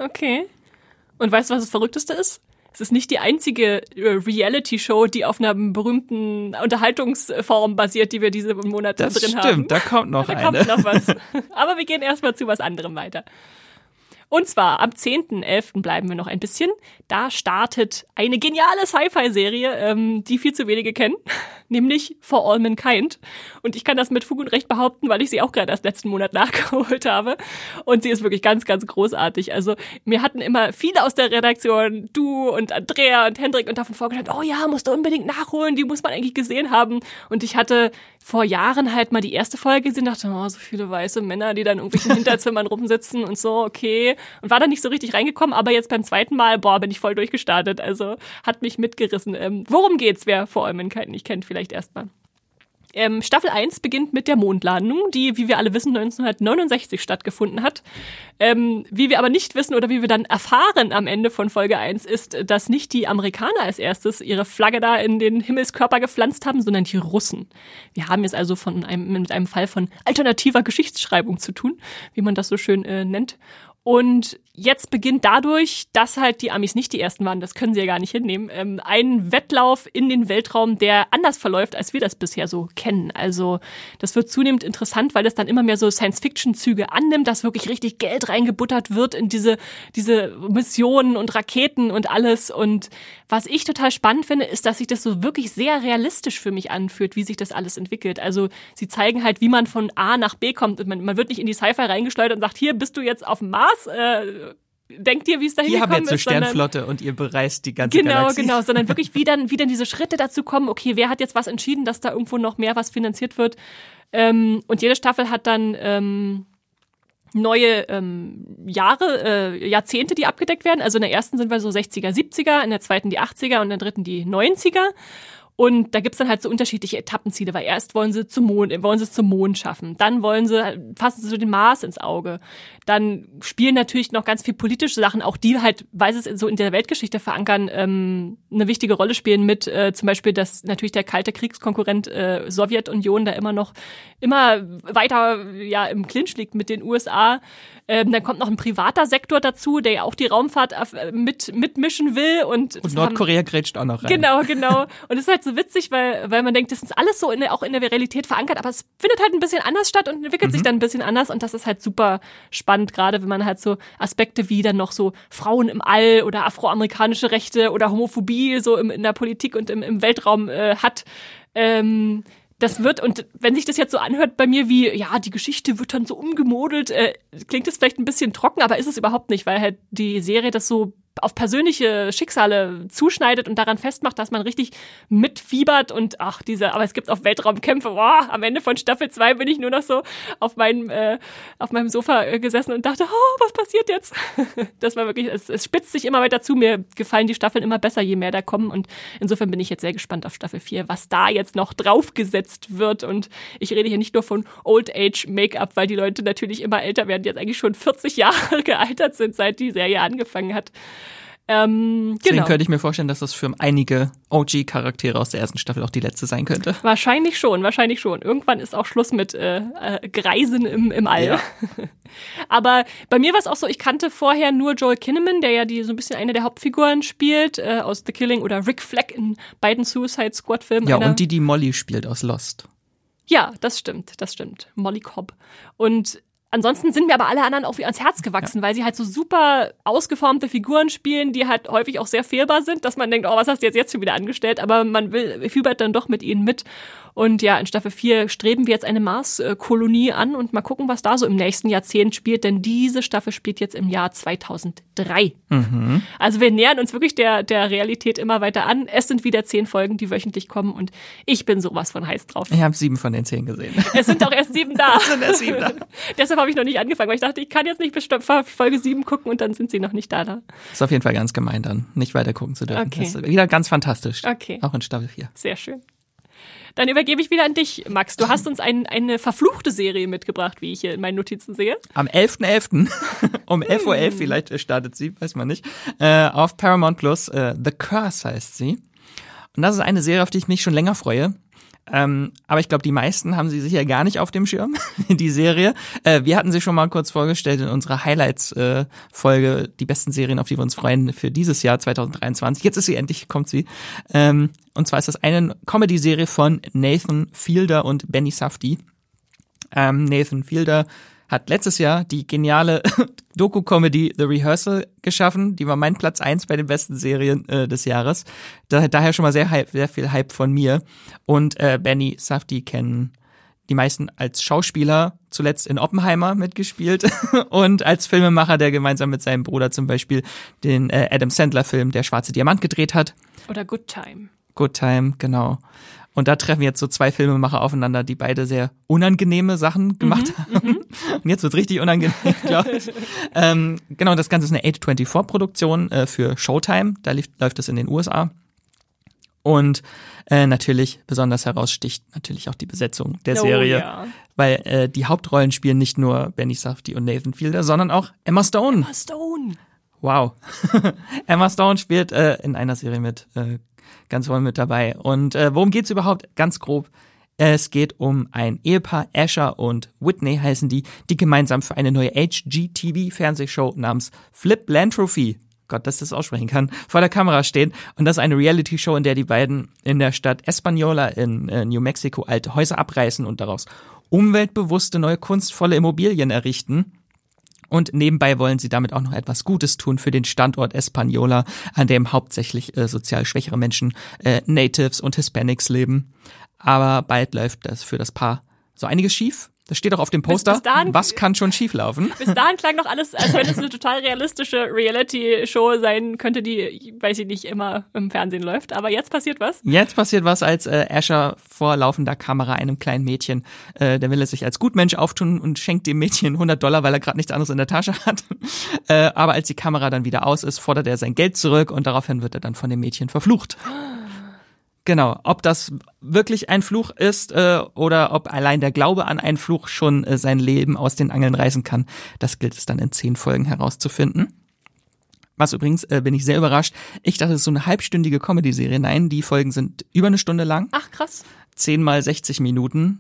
Und weißt du, was das Verrückteste ist? Es ist nicht die einzige Reality-Show, die auf einer berühmten Unterhaltungsform basiert, die wir diese Monate drin haben. Das stimmt, da kommt noch eine. Da kommt noch was. Aber wir gehen erstmal zu was anderem weiter. Und zwar am 10.11. bleiben wir noch ein bisschen. Da startet eine geniale Sci-Fi-Serie, die viel zu wenige kennen, nämlich For All Mankind. Und ich kann das mit Fug und Recht behaupten, weil ich sie auch gerade erst letzten Monat nachgeholt habe. Und sie ist wirklich ganz, ganz großartig. Also mir hatten immer viele aus der Redaktion, du und Andrea und Hendrik, und davon vorgestellt, oh ja, musst du unbedingt nachholen, die muss man eigentlich gesehen haben. Und ich hatte vor Jahren halt mal die erste Folge gesehen, dachte, oh, so viele weiße Männer, die dann in irgendwelchen Hinterzimmern rumsitzen und so, okay. Und war da nicht so richtig reingekommen, aber jetzt beim zweiten Mal, bin ich voll durchgestartet. Also hat mich mitgerissen. Worum geht's, wer For All Mankind nicht kennt, vielleicht erstmal. Staffel 1 beginnt mit der Mondlandung, die, wie wir alle wissen, 1969 stattgefunden hat. Wie wir aber nicht wissen oder wie wir dann erfahren am Ende von Folge 1 ist, dass nicht die Amerikaner als erstes ihre Flagge da in den Himmelskörper gepflanzt haben, sondern die Russen. Wir haben jetzt also mit einem Fall von alternativer Geschichtsschreibung zu tun, wie man das so schön nennt. Und jetzt beginnt dadurch, dass halt die Amis nicht die Ersten waren, das können sie ja gar nicht hinnehmen, ein Wettlauf in den Weltraum, der anders verläuft, als wir das bisher so kennen. Also das wird zunehmend interessant, weil es dann immer mehr so Science-Fiction-Züge annimmt, dass wirklich richtig Geld reingebuttert wird in diese Missionen und Raketen und alles. Und was ich total spannend finde, ist, dass sich das so wirklich sehr realistisch für mich anfühlt, wie sich das alles entwickelt. Also sie zeigen halt, wie man von A nach B kommt. Und man wird nicht in die Sci-Fi reingeschleudert und sagt, hier bist du jetzt auf dem Mars. Denkt ihr, wie es dahin gekommen ist? Hier haben wir jetzt eine Sternflotte und ihr bereist die ganze Galaxie. Genau, sondern wirklich wie dann diese Schritte dazu kommen, okay, wer hat jetzt was entschieden, dass da irgendwo noch mehr was finanziert wird. Und jede Staffel hat dann neue Jahrzehnte, die abgedeckt werden. Also in der ersten sind wir so 60er, 70er, in der zweiten die 80er und in der dritten die 90er. Und da gibt's dann halt so unterschiedliche Etappenziele, weil erst wollen sie es zum Mond schaffen, dann fassen sie so den Mars ins Auge. Dann spielen natürlich noch ganz viel politische Sachen, auch die halt, weil sie es so in der Weltgeschichte verankern, eine wichtige Rolle spielen mit zum Beispiel, dass natürlich der kalte Kriegskonkurrent Sowjetunion da immer weiter im Clinch liegt mit den USA. Dann kommt noch ein privater Sektor dazu, der ja auch die Raumfahrt mitmischen will. Und Nordkorea grätscht auch noch rein. Genau. Und es ist halt so witzig, weil man denkt, das ist alles so auch in der Realität verankert, aber es findet halt ein bisschen anders statt und entwickelt sich dann ein bisschen anders. Und das ist halt super spannend, gerade wenn man halt so Aspekte wie dann noch so Frauen im All oder afroamerikanische Rechte oder Homophobie so in der Politik und im Weltraum hat. Das wird, und wenn sich das jetzt so anhört bei mir wie, ja, die Geschichte wird dann so umgemodelt, klingt das vielleicht ein bisschen trocken, aber ist es überhaupt nicht, weil halt die Serie das so auf persönliche Schicksale zuschneidet und daran festmacht, dass man richtig mitfiebert und aber es gibt auch Weltraumkämpfe. Boah, am Ende von Staffel 2 bin ich nur noch so auf meinem Sofa gesessen und dachte, was passiert jetzt? Das war wirklich, es spitzt sich immer weiter zu. Mir gefallen die Staffeln immer besser, je mehr da kommen, und insofern bin ich jetzt sehr gespannt auf Staffel 4, was da jetzt noch draufgesetzt wird. Und ich rede hier nicht nur von Old Age Make-up, weil die Leute natürlich immer älter werden, die jetzt eigentlich schon 40 Jahre gealtert sind, seit die Serie angefangen hat. Deswegen Genau. könnte ich mir vorstellen, dass das für einige OG-Charaktere aus der ersten Staffel auch die letzte sein könnte. Wahrscheinlich schon. Irgendwann ist auch Schluss mit Greisen im All. Ja. Aber bei mir war es auch so, ich kannte vorher nur Joel Kinnaman, der ja so ein bisschen eine der Hauptfiguren spielt, aus The Killing, oder Rick Fleck in beiden Suicide Squad-Filmen. Ja, und die Molly spielt aus Lost. Ja, das stimmt. Molly Cobb. Und ansonsten sind mir aber alle anderen auch wie ans Herz gewachsen, weil sie halt so super ausgeformte Figuren spielen, die halt häufig auch sehr fehlbar sind, dass man denkt, oh, was hast du jetzt schon wieder angestellt? Aber man fiebert dann doch mit ihnen mit. Und ja, in Staffel 4 streben wir jetzt eine Mars-Kolonie an und mal gucken, was da so im nächsten Jahrzehnt spielt, denn diese Staffel spielt jetzt im Jahr 2003. Mhm. Also wir nähern uns wirklich der Realität immer weiter an. Es sind wieder 10 Folgen, die wöchentlich kommen und ich bin sowas von heiß drauf. Ich habe 7 von den 10 gesehen. Es sind auch erst 7 da. Es sind erst 7 da. Deshalb habe ich noch nicht angefangen, weil ich dachte, ich kann jetzt nicht bis Folge 7 gucken und dann sind sie noch nicht da. Ist auf jeden Fall ganz gemein dann, nicht weiter gucken zu dürfen. Okay. Das ist wieder ganz fantastisch. Okay. Auch in Staffel 4. Sehr schön. Dann übergebe ich wieder an dich, Max. Du hast uns eine verfluchte Serie mitgebracht, wie ich hier in meinen Notizen sehe. Am 11.11. um 11.11 Uhr vielleicht startet sie, weiß man nicht, auf Paramount Plus. The Curse heißt sie. Und das ist eine Serie, auf die ich mich schon länger freue. Aber ich glaube, die meisten haben sie sicher gar nicht auf dem Schirm, die Serie. Wir hatten sie schon mal kurz vorgestellt in unserer Highlights-Folge, die besten Serien, auf die wir uns freuen für dieses Jahr 2023. Jetzt ist sie endlich, kommt sie. Und zwar ist das eine Comedy-Serie von Nathan Fielder und Benny Safdie. Nathan Fielder hat letztes Jahr die geniale Doku-Comedy The Rehearsal geschaffen. Die war mein Platz 1 bei den besten Serien des Jahres. Daher schon mal sehr viel Hype von mir. Und Benny Safdie kennen die meisten als Schauspieler, zuletzt in Oppenheimer mitgespielt und als Filmemacher, der gemeinsam mit seinem Bruder zum Beispiel den Adam Sandler-Film Der schwarze Diamant gedreht hat. Oder Good Time. Good Time, genau. Und da treffen jetzt so 2 Filmemacher aufeinander, die beide sehr unangenehme Sachen gemacht haben. Und jetzt wird's richtig unangenehm, glaube ich. Genau, das Ganze ist eine A24-Produktion für Showtime. Da läuft es in den USA. Und natürlich besonders heraussticht natürlich auch die Besetzung der Serie. Ja. Weil die Hauptrollen spielen nicht nur Benny Safdie und Nathan Fielder, sondern auch Emma Stone. Emma Stone. Wow. Emma Stone spielt in einer Serie mit, ganz vorne mit dabei. Und worum geht's überhaupt? Ganz grob. Es geht um ein Ehepaar, Asher und Whitney heißen die gemeinsam für eine neue HGTV-Fernsehshow namens Fliplanthropy, Gott, dass ich das aussprechen kann, vor der Kamera stehen. Und das ist eine Reality-Show, in der die beiden in der Stadt Española in New Mexico alte Häuser abreißen und daraus umweltbewusste, neue, kunstvolle Immobilien errichten. Und nebenbei wollen sie damit auch noch etwas Gutes tun für den Standort Española, an dem hauptsächlich sozial schwächere Menschen, Natives und Hispanics leben. Aber bald läuft das für das Paar so einiges schief. Das steht auch auf dem Poster. Bis dahin, was kann schon schief laufen? Bis dahin klang noch alles, als wenn es eine total realistische Reality-Show sein könnte, die, weiß ich nicht, immer im Fernsehen läuft. Aber jetzt passiert was? Jetzt passiert was, als Asher vor laufender Kamera einem kleinen Mädchen, der will es sich als Gutmensch auftun und schenkt dem Mädchen $100, weil er gerade nichts anderes in der Tasche hat. Aber als die Kamera dann wieder aus ist, fordert er sein Geld zurück und daraufhin wird er dann von dem Mädchen verflucht. Genau, ob das wirklich ein Fluch ist oder ob allein der Glaube an einen Fluch schon sein Leben aus den Angeln reißen kann, das gilt es dann in 10 Folgen herauszufinden. Was übrigens, bin ich sehr überrascht, ich dachte, es ist so eine halbstündige Comedy-Serie. Nein, die Folgen sind über eine Stunde lang. Ach, krass. 10 mal 60 Minuten.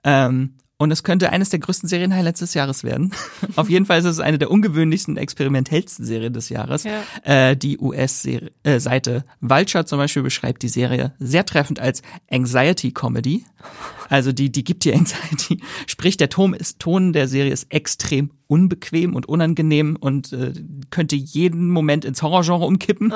Und es könnte eines der größten Serienhighlights des Jahres werden. Auf jeden Fall ist es eine der ungewöhnlichsten, experimentellsten Serien des Jahres. Ja. Die US-Seite Vulture zum Beispiel beschreibt die Serie sehr treffend als Anxiety-Comedy. Also die gibt dir Anxiety. Sprich, der Ton der Serie ist extrem unbequem und unangenehm und könnte jeden Moment ins Horrorgenre umkippen.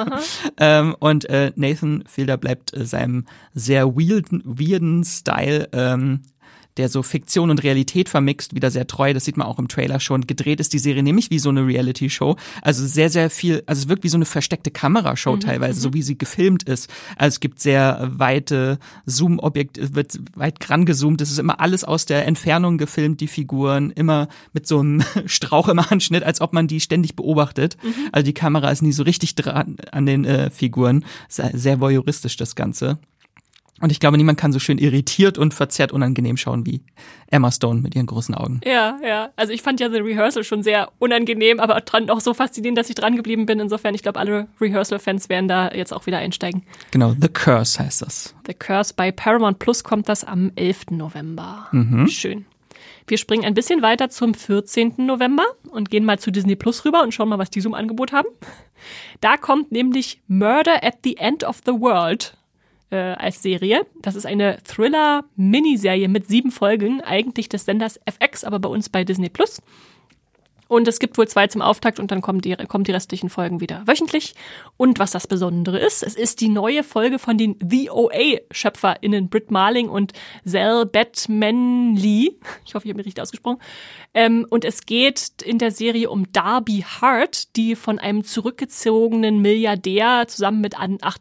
Und Nathan Fielder bleibt seinem sehr weirden Style der so Fiktion und Realität vermixt, wieder sehr treu. Das sieht man auch im Trailer schon. Gedreht ist die Serie nämlich wie so eine Reality-Show. Also sehr, sehr viel, also es wirkt wie so eine versteckte Kamerashow teilweise, so wie sie gefilmt ist. Also es gibt sehr weite Zoom-Objekte, wird weit rangezoomt. Es ist immer alles aus der Entfernung gefilmt, die Figuren, immer mit so einem Strauch im Anschnitt, als ob man die ständig beobachtet. Also die Kamera ist nie so richtig dran an den Figuren. Sehr voyeuristisch das Ganze. Und ich glaube, niemand kann so schön irritiert und verzerrt unangenehm schauen wie Emma Stone mit ihren großen Augen. Ja. Also ich fand ja The Rehearsal schon sehr unangenehm, aber dran auch so faszinierend, dass ich dran geblieben bin. Insofern, ich glaube, alle Rehearsal-Fans werden da jetzt auch wieder einsteigen. Genau, The Curse heißt das. The Curse bei Paramount Plus kommt das am 11. November. Schön. Wir springen ein bisschen weiter zum 14. November und gehen mal zu Disney Plus rüber und schauen mal, was die so im Angebot haben. Da kommt nämlich Murder at the End of the World als Serie. Das ist eine Thriller-Miniserie mit 7 Folgen, eigentlich des Senders FX, aber bei uns bei Disney Plus. Und es gibt wohl 2 zum Auftakt und dann kommen die restlichen Folgen wieder wöchentlich. Und was das Besondere ist, es ist die neue Folge von den The OA-SchöpferInnen Britt Marling und Zell Batmanley. Ich hoffe, ich habe mich richtig ausgesprochen. Und es geht in der Serie um Darby Hart, die von einem zurückgezogenen Milliardär zusammen mit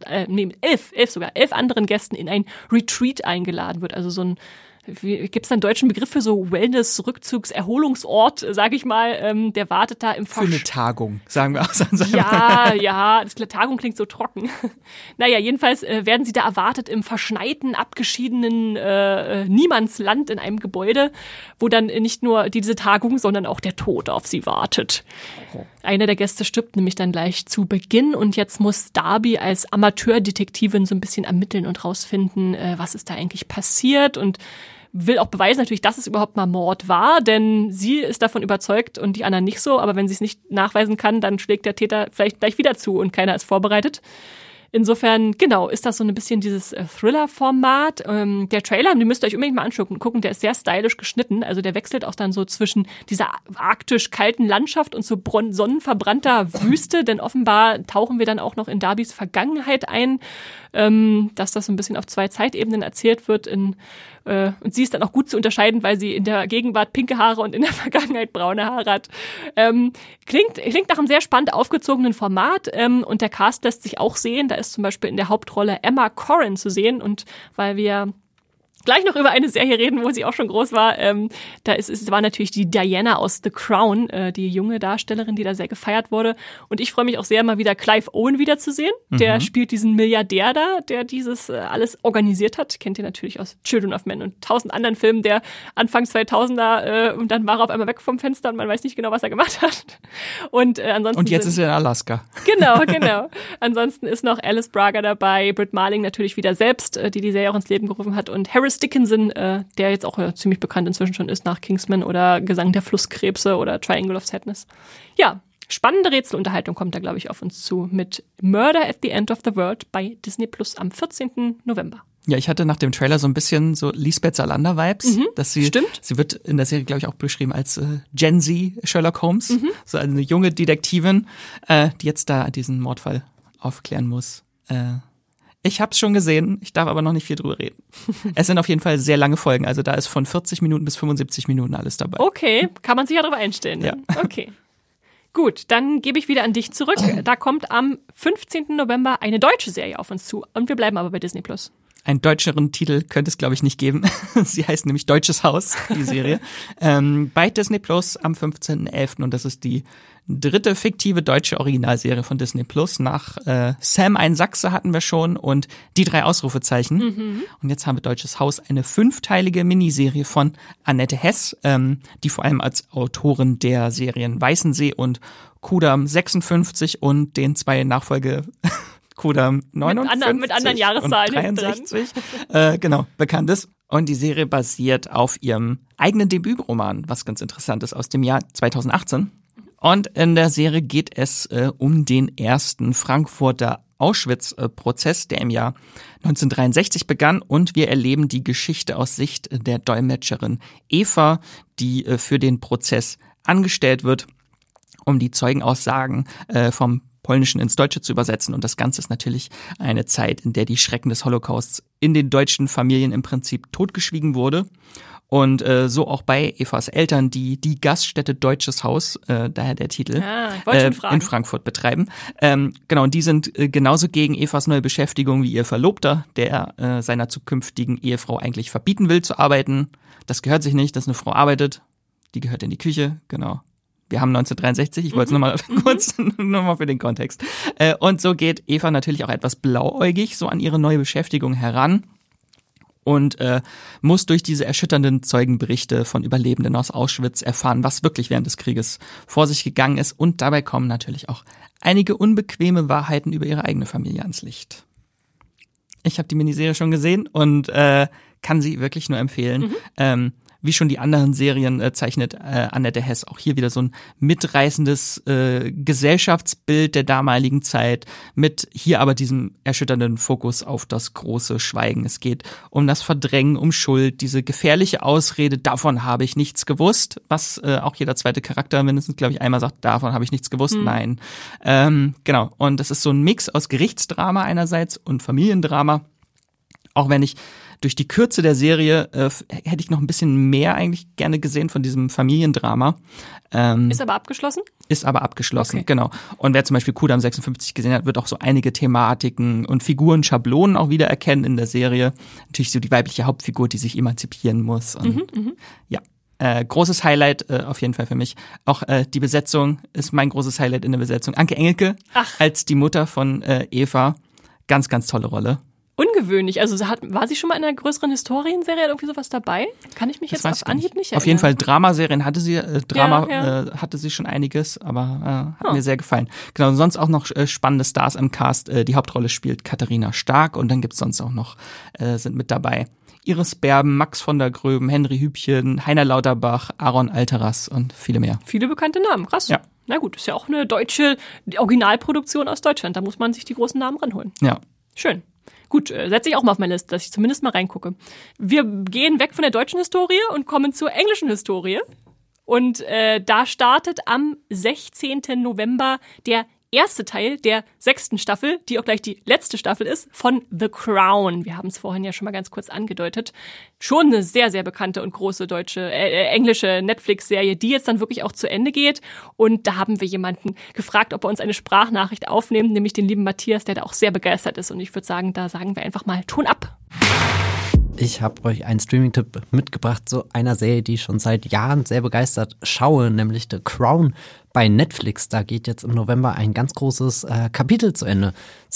11 anderen Gästen in ein Retreat eingeladen wird. Also so ein Gibt es einen deutschen Begriff für so Wellness, Rückzugs-, Erholungsort, sage ich mal, der wartet da im Für eine Tagung, sagen wir aus. Ja, Tagung klingt so trocken. Naja, jedenfalls werden sie da erwartet im verschneiten, abgeschiedenen Niemandsland in einem Gebäude, wo dann nicht nur diese Tagung, sondern auch der Tod auf sie wartet. Oh. Einer der Gäste stirbt nämlich dann gleich zu Beginn und jetzt muss Darby als Amateurdetektivin so ein bisschen ermitteln und rausfinden, was ist da eigentlich passiert und will auch beweisen natürlich, dass es überhaupt mal Mord war, denn sie ist davon überzeugt und die anderen nicht so, aber wenn sie es nicht nachweisen kann, dann schlägt der Täter vielleicht gleich wieder zu und keiner ist vorbereitet. Insofern, genau, ist das so ein bisschen dieses Thriller-Format. Der Trailer, den müsst ihr euch unbedingt mal gucken, der ist sehr stylisch geschnitten. Also der wechselt auch dann so zwischen dieser arktisch kalten Landschaft und so sonnenverbrannter Wüste, denn offenbar tauchen wir dann auch noch in Darbys Vergangenheit ein, dass das so ein bisschen auf 2 Zeitebenen erzählt wird. Und sie ist dann auch gut zu unterscheiden, weil sie in der Gegenwart pinke Haare und in der Vergangenheit braune Haare hat. Klingt nach einem sehr spannend aufgezogenen Format und der Cast lässt sich auch sehen. Da ist zum Beispiel in der Hauptrolle Emma Corrin zu sehen und weil wir gleich noch über eine Serie reden, wo sie auch schon groß war. War natürlich die Diana aus The Crown, die junge Darstellerin, die da sehr gefeiert wurde. Und ich freue mich auch sehr, mal wieder Clive Owen wiederzusehen. Der spielt diesen Milliardär da, der dieses alles organisiert hat. Kennt ihr natürlich aus Children of Men und 1000 anderen Filmen, der Anfang 2000er und dann war er auf einmal weg vom Fenster und man weiß nicht genau, was er gemacht hat. Und ansonsten und jetzt ist er in Alaska. Genau. Ansonsten ist noch Alice Braga dabei, Britt Marling natürlich wieder selbst, die Serie auch ins Leben gerufen hat und Harris Dickinson, der jetzt auch ziemlich bekannt inzwischen schon ist nach Kingsman oder Gesang der Flusskrebse oder Triangle of Sadness. Ja, spannende Rätselunterhaltung kommt da, glaube ich, auf uns zu mit Murder at the End of the World bei Disney Plus am 14. November. Ja, ich hatte nach dem Trailer so ein bisschen so Lisbeth Salander-Vibes. Stimmt. Sie wird in der Serie, glaube ich, auch beschrieben als Gen Z Sherlock Holmes. So eine junge Detektivin, die jetzt da diesen Mordfall aufklären muss. Ich hab's schon gesehen, ich darf aber noch nicht viel drüber reden. Es sind auf jeden Fall sehr lange Folgen, also da ist von 40 Minuten bis 75 Minuten alles dabei. Okay, kann man sich ja drauf einstellen. Ja. Okay. Gut, dann gebe ich wieder an dich zurück. Da kommt am 15. November eine deutsche Serie auf uns zu und wir bleiben aber bei Disney Plus. Einen deutscheren Titel könnte es, glaube ich, nicht geben. Sie heißt nämlich Deutsches Haus, die Serie. Bei Disney Plus am 15.11. Und das ist die 3. fiktive deutsche Originalserie von Disney Plus. Nach Sam ein Sachse hatten wir schon und die 3 Ausrufezeichen. Und jetzt haben wir Deutsches Haus, eine 5-teilige Miniserie von Annette Hess, die vor allem als Autorin der Serien Weißensee und Kudam 56 und den 2 Nachfolge Kudam 59 mit anderen Jahreszahlen und 63, genau, bekannt ist. Und die Serie basiert auf ihrem eigenen Debütroman, was ganz interessant ist, aus dem Jahr 2018. Und in der Serie geht es um den ersten Frankfurter Auschwitz-Prozess, der im Jahr 1963 begann. Und wir erleben die Geschichte aus Sicht der Dolmetscherin Eva, die für den Prozess angestellt wird, um die Zeugenaussagen vom Polnischen ins Deutsche zu übersetzen. Und das Ganze ist natürlich eine Zeit, in der die Schrecken des Holocausts in den deutschen Familien im Prinzip totgeschwiegen wurde. Und so auch bei Evas Eltern, die Gaststätte Deutsches Haus, daher der Titel, in Frankfurt betreiben. Genau, und die sind genauso gegen Evas neue Beschäftigung wie ihr Verlobter, der seiner zukünftigen Ehefrau eigentlich verbieten will zu arbeiten. Das gehört sich nicht, dass eine Frau arbeitet. Die gehört in die Küche, genau. Wir haben 1963, ich wollte es nochmal kurz, nur mal für den Kontext. Und so geht Eva natürlich auch etwas blauäugig so an ihre neue Beschäftigung heran. und muss durch diese erschütternden Zeugenberichte von Überlebenden aus Auschwitz erfahren, was wirklich während des Krieges vor sich gegangen ist. Und dabei kommen natürlich auch einige unbequeme Wahrheiten über ihre eigene Familie ans Licht. Ich habe die Miniserie schon gesehen und kann sie wirklich nur empfehlen. Wie schon die anderen Serien zeichnet Annette Hess auch hier wieder so ein mitreißendes Gesellschaftsbild der damaligen Zeit mit hier aber diesem erschütternden Fokus auf das große Schweigen. Es geht um das Verdrängen, um Schuld, diese gefährliche Ausrede, davon habe ich nichts gewusst, was auch jeder zweite Charakter mindestens, glaube ich, einmal sagt, davon habe ich nichts gewusst, nein. Genau, und das ist so ein Mix aus Gerichtsdrama einerseits und Familiendrama, auch wenn ich durch die Kürze der Serie hätte ich noch ein bisschen mehr eigentlich gerne gesehen von diesem Familiendrama. Ist aber abgeschlossen? Ist aber abgeschlossen, okay. Genau. Und wer zum Beispiel Kudam 56 gesehen hat, wird auch so einige Thematiken und Figuren, Schablonen auch wieder erkennen in der Serie. Natürlich so die weibliche Hauptfigur, die sich emanzipieren muss. Und, ja. Großes Highlight auf jeden Fall für mich. Auch die Besetzung ist mein großes Highlight in der Besetzung. Anke Engelke als die Mutter von Eva. Ganz, ganz tolle Rolle. Ungewöhnlich. Also war sie schon mal in einer größeren Historienserie irgendwie sowas dabei? Kann ich mich jetzt auf Anhieb nicht erinnern. Auf jeden Fall Dramaserien hatte sie, hatte sie schon einiges, aber hat mir sehr gefallen. Genau, und sonst auch noch spannende Stars im Cast. Die Hauptrolle spielt Katharina Stark und dann gibt's sonst auch noch, sind mit dabei Iris Berben, Max von der Gröben, Henry Hübchen, Heiner Lauterbach, Aaron Alteras und viele mehr. Viele bekannte Namen, krass. Ja. Na gut, ist ja auch eine deutsche Originalproduktion aus Deutschland. Da muss man sich die großen Namen ranholen. Ja. Schön. Gut, setze ich auch mal auf meine Liste, dass ich zumindest mal reingucke. Wir gehen weg von der deutschen Historie und kommen zur englischen Historie. Und da startet am 16. November der erste Teil der 6. Staffel, die auch gleich die letzte Staffel ist, von The Crown. Wir haben es vorhin ja schon mal ganz kurz angedeutet. Schon eine sehr, sehr bekannte und große deutsche, englische Netflix-Serie, die jetzt dann wirklich auch zu Ende geht. Und da haben wir jemanden gefragt, ob er uns eine Sprachnachricht aufnimmt, nämlich den lieben Matthias, der da auch sehr begeistert ist. Und ich würde sagen, da sagen wir einfach mal Ton ab. Ich habe euch einen Streaming-Tipp mitgebracht zu einer Serie, die ich schon seit Jahren sehr begeistert schaue, nämlich The Crown bei Netflix. Da geht jetzt im November ein ganz großes Kapitel zu Ende.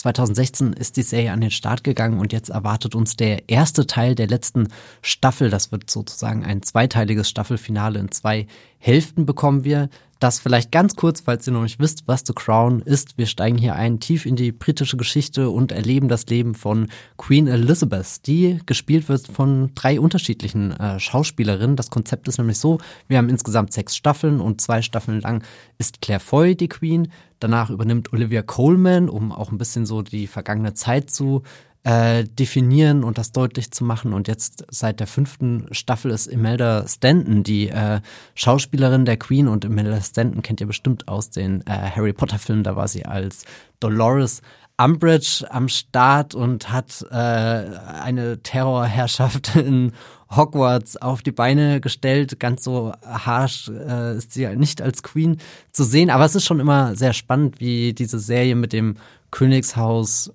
2016 ist die Serie an den Start gegangen und jetzt erwartet uns der erste Teil der letzten Staffel. Das wird sozusagen ein zweiteiliges Staffelfinale. In 2 Hälften bekommen wir. Das vielleicht ganz kurz, falls ihr noch nicht wisst, was The Crown ist. Wir steigen hier ein tief in die britische Geschichte und erleben das Leben von Queen Elizabeth, die gespielt wird von 3 unterschiedlichen Schauspielerinnen. Das Konzept ist nämlich so, wir haben insgesamt 6 Staffeln und 2 Staffeln lang ist Claire Foy die Queen. Danach übernimmt Olivia Colman, um auch ein bisschen so die vergangene Zeit zu definieren und das deutlich zu machen. Und jetzt seit der 5. Staffel ist Imelda Stanton die Schauspielerin der Queen. Und Imelda Stanton kennt ihr bestimmt aus den Harry Potter Filmen. Da war sie als Dolores Umbridge am Start und hat eine Terrorherrschaft in Hogwarts auf die Beine gestellt. Ganz so harsh ist sie nicht als Queen zu sehen. Aber es ist schon immer sehr spannend, wie diese Serie mit dem Königshaus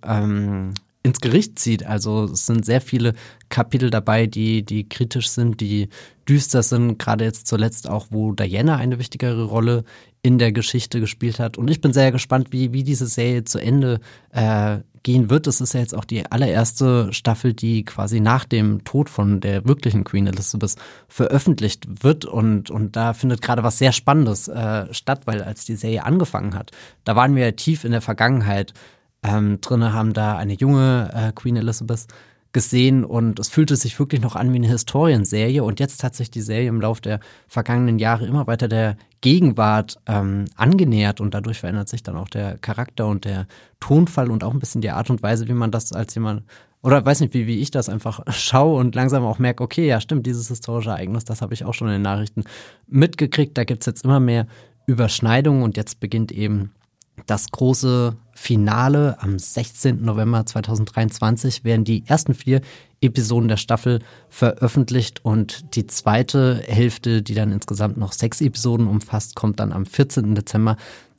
ins Gericht zieht. Also es sind sehr viele Kapitel dabei, die kritisch sind, die düster sind. Gerade jetzt zuletzt auch, wo Diana eine wichtigere Rolle in der Geschichte gespielt hat. Und ich bin sehr gespannt, wie diese Serie zu Ende gehen wird. Es ist ja jetzt auch die allererste Staffel, die quasi nach dem Tod von der wirklichen Queen Elizabeth veröffentlicht wird. Und da findet gerade was sehr Spannendes statt, weil als die Serie angefangen hat, da waren wir ja tief in der Vergangenheit drinne, haben da eine junge Queen Elizabeth gesehen und es fühlte sich wirklich noch an wie eine Historienserie und jetzt hat sich die Serie im Laufe der vergangenen Jahre immer weiter der Gegenwart angenähert und dadurch verändert sich dann auch der Charakter und der Tonfall und auch ein bisschen die Art und Weise, wie man das als jemand, oder weiß nicht, wie ich das einfach schaue und langsam auch merke, okay, ja stimmt, dieses historische Ereignis, das habe ich auch schon in den Nachrichten mitgekriegt, da gibt's jetzt immer mehr Überschneidungen und jetzt beginnt eben das große Finale. Am 16. November 2023 werden die ersten 4 Episoden der Staffel veröffentlicht und die zweite Hälfte, die dann insgesamt noch 6 Episoden umfasst, kommt dann am 14. Dezember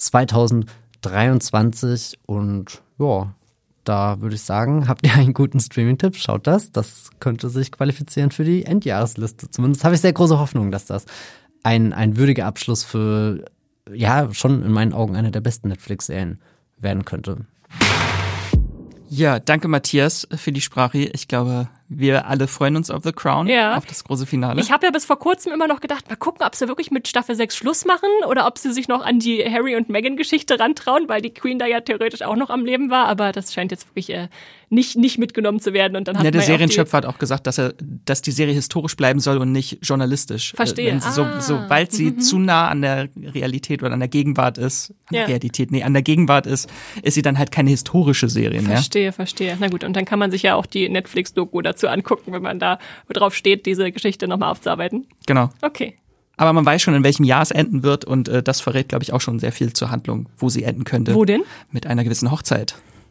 2023 und ja, da würde ich sagen, habt ihr einen guten Streaming-Tipp, schaut das. Das könnte sich qualifizieren für die Endjahresliste. Zumindest habe ich sehr große Hoffnung, dass das ein würdiger Abschluss für ja, schon in meinen Augen eine der besten Netflix-Serien werden könnte. Ja, danke Matthias für die Sprache. Ich glaube, Wir alle freuen uns auf The Crown, Ja. auf das große Finale. Ich habe ja bis vor kurzem immer noch gedacht, mal gucken, ob sie wirklich mit Staffel 6 Schluss machen oder ob sie sich noch an die Harry und Meghan Geschichte rantrauen, weil die Queen da ja theoretisch auch noch am Leben war, aber das scheint jetzt wirklich nicht mitgenommen zu werden. Und dann hat Ja, der man ja auch Serienschöpfer hat auch gesagt, dass die Serie historisch bleiben soll und nicht journalistisch. Verstehe. Wenn sie sobald sie zu nah an der Realität oder an der Gegenwart ist, an der Gegenwart ist sie dann halt keine historische Serie mehr. Verstehe. Na gut, und dann kann man sich ja auch die Netflix-Doku dazu angucken, wenn man da drauf steht, diese Geschichte nochmal aufzuarbeiten. Genau. Okay. Aber man weiß schon, in welchem Jahr es enden wird und das verrät, glaube ich, auch schon sehr viel zur Handlung, wo sie enden könnte. Wo denn? Mit einer gewissen Hochzeit.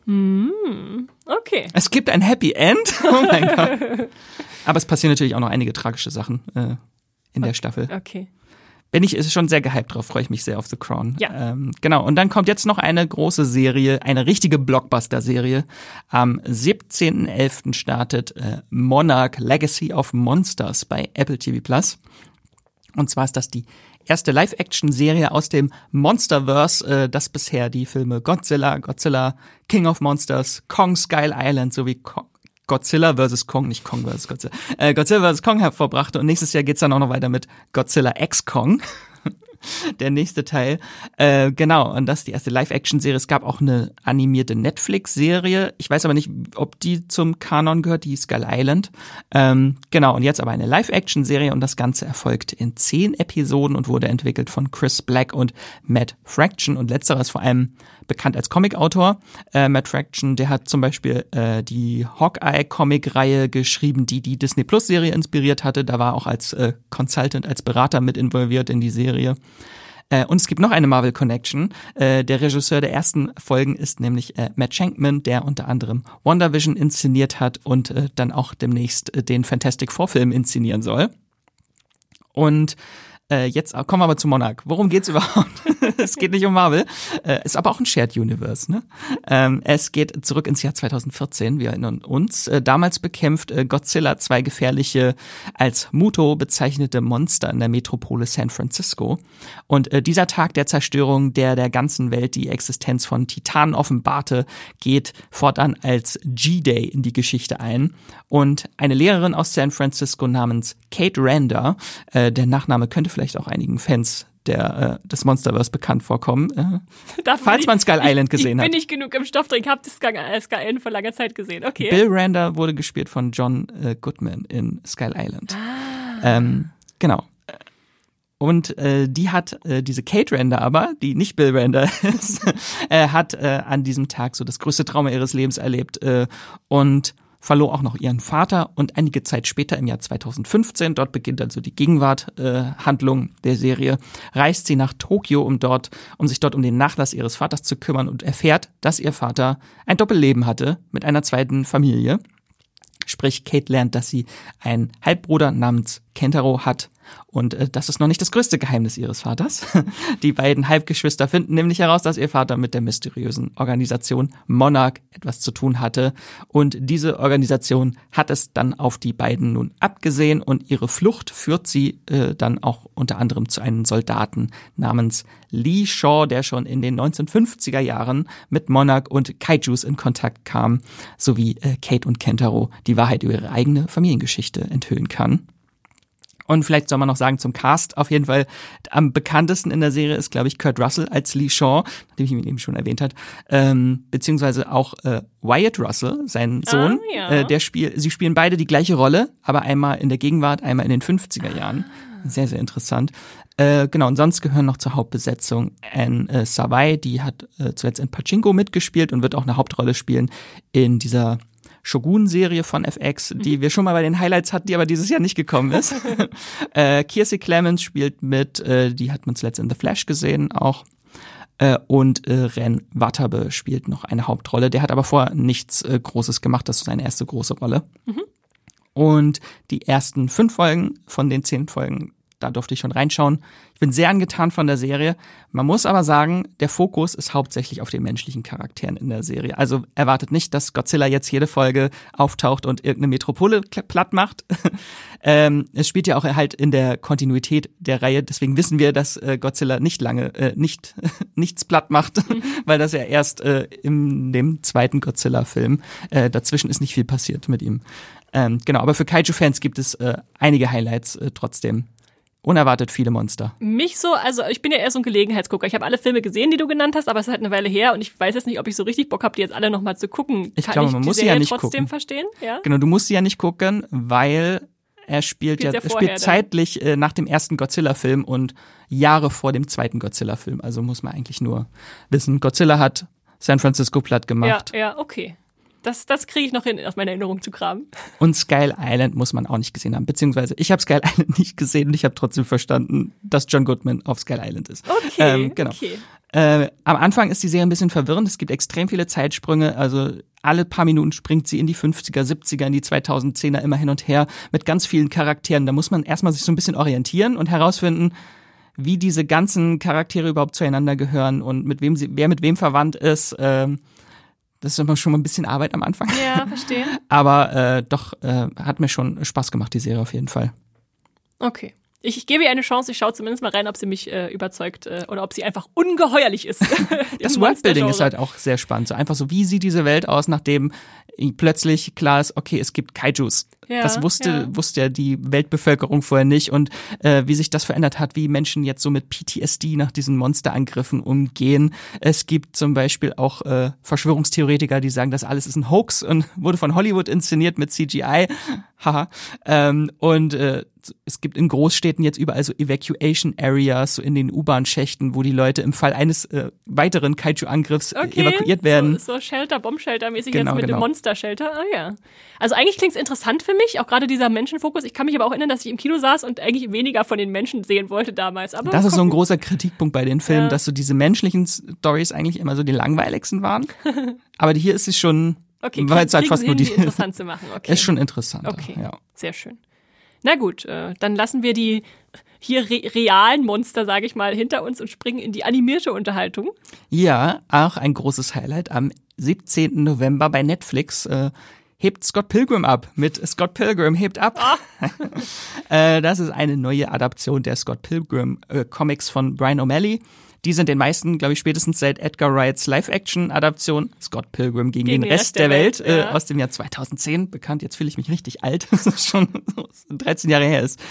Okay. Es gibt ein Happy End. Oh mein Gott. Aber es passieren natürlich auch noch einige tragische Sachen in der Staffel. Okay. Ist schon sehr gehypt drauf, freue ich mich sehr auf The Crown. Ja. Genau, und dann kommt jetzt noch eine große Serie, eine richtige Blockbuster-Serie. Am 17.11. startet Monarch Legacy of Monsters bei Apple TV+. Und zwar ist das die erste Live-Action-Serie aus dem Monsterverse, das bisher die Filme Godzilla, King of Monsters, Kong Skull Island sowie Godzilla vs. Kong, nicht Kong vs. Godzilla, Godzilla vs. Kong hervorbrachte. Und nächstes Jahr geht's dann auch noch weiter mit Godzilla X Kong. Der nächste Teil. Genau, und das ist die erste Live-Action-Serie. Es gab auch eine animierte Netflix-Serie. Ich weiß aber nicht, ob die zum Kanon gehört, die Skull Island. Genau, und jetzt aber eine Live-Action-Serie und das Ganze erfolgt in 10 Episoden und wurde entwickelt von Chris Black und Matt Fraction. Und letzterer ist vor allem bekannt als Comicautor. Matt Fraction, der hat zum Beispiel die Hawkeye-Comic-Reihe geschrieben, die Disney-Plus-Serie inspiriert hatte. Da war auch als Consultant, als Berater mit involviert in die Serie. Und es gibt noch eine Marvel-Connection. Der Regisseur der ersten Folgen ist nämlich Matt Shankman, der unter anderem WandaVision inszeniert hat und dann auch demnächst den Fantastic Four-Film inszenieren soll. Und jetzt kommen wir aber zu Monarch. Worum geht's überhaupt? Es geht nicht um Marvel. Ist aber auch ein Shared Universe, ne? Es geht zurück ins Jahr 2014. Wir erinnern uns. Damals bekämpft Godzilla 2 gefährliche, als Muto bezeichnete Monster in der Metropole San Francisco. Und dieser Tag der Zerstörung, der ganzen Welt die Existenz von Titanen offenbarte, geht fortan als G-Day in die Geschichte ein. Und eine Lehrerin aus San Francisco namens Kate Randa, der Nachname könnte vielleicht auch einigen Fans des Monsterverse bekannt vorkommen, falls man Skull Island gesehen hat. Ich bin nicht genug im Stoff drin, ich habe das Skull Island vor langer Zeit gesehen, okay. Bill Randa wurde gespielt von John Goodman in Skull Island. Genau. Und die hat, diese Kate Randa aber, die nicht Bill Randa ist, hat an diesem Tag so das größte Trauma ihres Lebens erlebt und verlor auch noch ihren Vater und einige Zeit später im Jahr 2015, dort beginnt also die Gegenwart-Handlung der Serie, reist sie nach Tokio, um sich dort um den Nachlass ihres Vaters zu kümmern und erfährt, dass ihr Vater ein Doppelleben hatte mit einer zweiten Familie. Sprich, Kate lernt, dass sie einen Halbbruder namens Kentaro hat. Und das ist noch nicht das größte Geheimnis ihres Vaters. Die beiden Halbgeschwister finden nämlich heraus, dass ihr Vater mit der mysteriösen Organisation Monarch etwas zu tun hatte. Und diese Organisation hat es dann auf die beiden nun abgesehen und ihre Flucht führt sie dann auch unter anderem zu einem Soldaten namens Lee Shaw, der schon in den 1950er Jahren mit Monarch und Kaijus in Kontakt kam, sowie Kate und Kentaro die Wahrheit über ihre eigene Familiengeschichte enthüllen kann. Und vielleicht soll man noch sagen zum Cast, auf jeden Fall am bekanntesten in der Serie ist, glaube ich, Kurt Russell als Lee Shaw, nachdem ich ihn eben schon erwähnt hat, beziehungsweise auch Wyatt Russell, sein Sohn, sie spielen beide die gleiche Rolle, aber einmal in der Gegenwart, einmal in den 50er Jahren. Sehr, sehr interessant. Genau, und sonst gehören noch zur Hauptbesetzung Anne Savai, die hat zuletzt in Pachinko mitgespielt und wird auch eine Hauptrolle spielen in dieser Shogun-Serie von FX, die wir schon mal bei den Highlights hatten, die aber dieses Jahr nicht gekommen ist. Kiersey Clemens spielt mit, die hat man zuletzt in The Flash gesehen auch. Und Ren Watabe spielt noch eine Hauptrolle. Der hat aber vorher nichts Großes gemacht, das ist seine erste große Rolle. Und die ersten 5 Folgen von den 10 Folgen, da durfte ich schon reinschauen. Ich bin sehr angetan von der Serie. Man muss aber sagen, der Fokus ist hauptsächlich auf den menschlichen Charakteren in der Serie. Also erwartet nicht, dass Godzilla jetzt jede Folge auftaucht und irgendeine Metropole platt macht. Es spielt ja auch halt in der Kontinuität der Reihe. Deswegen wissen wir, dass Godzilla nicht lange nichts platt macht, weil das ja erst in dem zweiten Godzilla-Film, dazwischen ist nicht viel passiert mit ihm. Genau, aber für Kaiju-Fans gibt es einige Highlights trotzdem. Unerwartet viele Monster. Mich so, also ich bin ja eher so ein Gelegenheitsgucker. Ich habe alle Filme gesehen, die du genannt hast, aber es ist halt eine Weile her und ich weiß jetzt nicht, ob ich so richtig Bock habe, die jetzt alle nochmal zu gucken. Ich glaube, man muss sie ja nicht trotzdem gucken. Verstehen? Ja? Genau, du musst sie ja nicht gucken, weil er spielt zeitlich nach dem ersten Godzilla-Film und Jahre vor dem zweiten Godzilla-Film. Also muss man eigentlich nur wissen, Godzilla hat San Francisco platt gemacht. Ja, okay. Das kriege ich noch hin, aus meiner Erinnerung zu kramen. Und Skull Island muss man auch nicht gesehen haben. Beziehungsweise ich habe Skull Island nicht gesehen und ich habe trotzdem verstanden, dass John Goodman auf Skull Island ist. Okay, genau. okay. Am Anfang ist die Serie ein bisschen verwirrend. Es gibt extrem viele Zeitsprünge. Also alle paar Minuten springt sie in die 50er, 70er, in die 2010er immer hin und her mit ganz vielen Charakteren. Da muss man erstmal sich so ein bisschen orientieren und herausfinden, wie diese ganzen Charaktere überhaupt zueinander gehören und wer mit wem verwandt ist. Das ist immer schon mal ein bisschen Arbeit am Anfang. Ja, verstehe. Aber hat mir schon Spaß gemacht, die Serie auf jeden Fall. Okay. Ich gebe ihr eine Chance, ich schaue zumindest mal rein, ob sie mich überzeugt oder ob sie einfach ungeheuerlich ist. Das Worldbuilding ist halt auch sehr spannend. So einfach so, wie sieht diese Welt aus, nachdem plötzlich klar ist, okay, es gibt Kaijus. Ja, das wusste ja die Weltbevölkerung vorher nicht und wie sich das verändert hat, wie Menschen jetzt so mit PTSD nach diesen Monsterangriffen umgehen. Es gibt zum Beispiel auch Verschwörungstheoretiker, die sagen, das alles ist ein Hoax und wurde von Hollywood inszeniert mit CGI. Haha. Es gibt in Großstädten jetzt überall so Evacuation Areas, so in den U-Bahn-Schächten, wo die Leute im Fall eines weiteren Kaiju-Angriffs evakuiert werden. So Shelter, Bomb-Shelter-mäßig jetzt mit dem Monster-Shelter. Ah ja. Also eigentlich klingt es interessant für mich, auch gerade dieser Menschenfokus. Ich kann mich aber auch erinnern, dass ich im Kino saß und eigentlich weniger von den Menschen sehen wollte damals. Aber das ist so ein großer Kritikpunkt bei den Filmen, dass so diese menschlichen Stories eigentlich immer so die langweiligsten waren. Aber hier ist es schon, weil es halt fast nur die interessant zu machen. Okay. Ist schon interessant. Okay, ja. Sehr schön. Na gut, dann lassen wir die hier realen Monster, sage ich mal, hinter uns und springen in die animierte Unterhaltung. Ja, auch ein großes Highlight. Am 17. November bei Netflix hebt Scott Pilgrim ab mit Scott Pilgrim hebt ab. Oh. Das ist eine neue Adaption der Scott Pilgrim Comics von Brian O'Malley. Die sind den meisten, glaube ich, spätestens seit Edgar Wrights Live-Action-Adaption Scott Pilgrim gegen den Rest der Welt aus dem Jahr 2010 bekannt. Jetzt fühle ich mich richtig alt, das ist schon 13 Jahre her ist.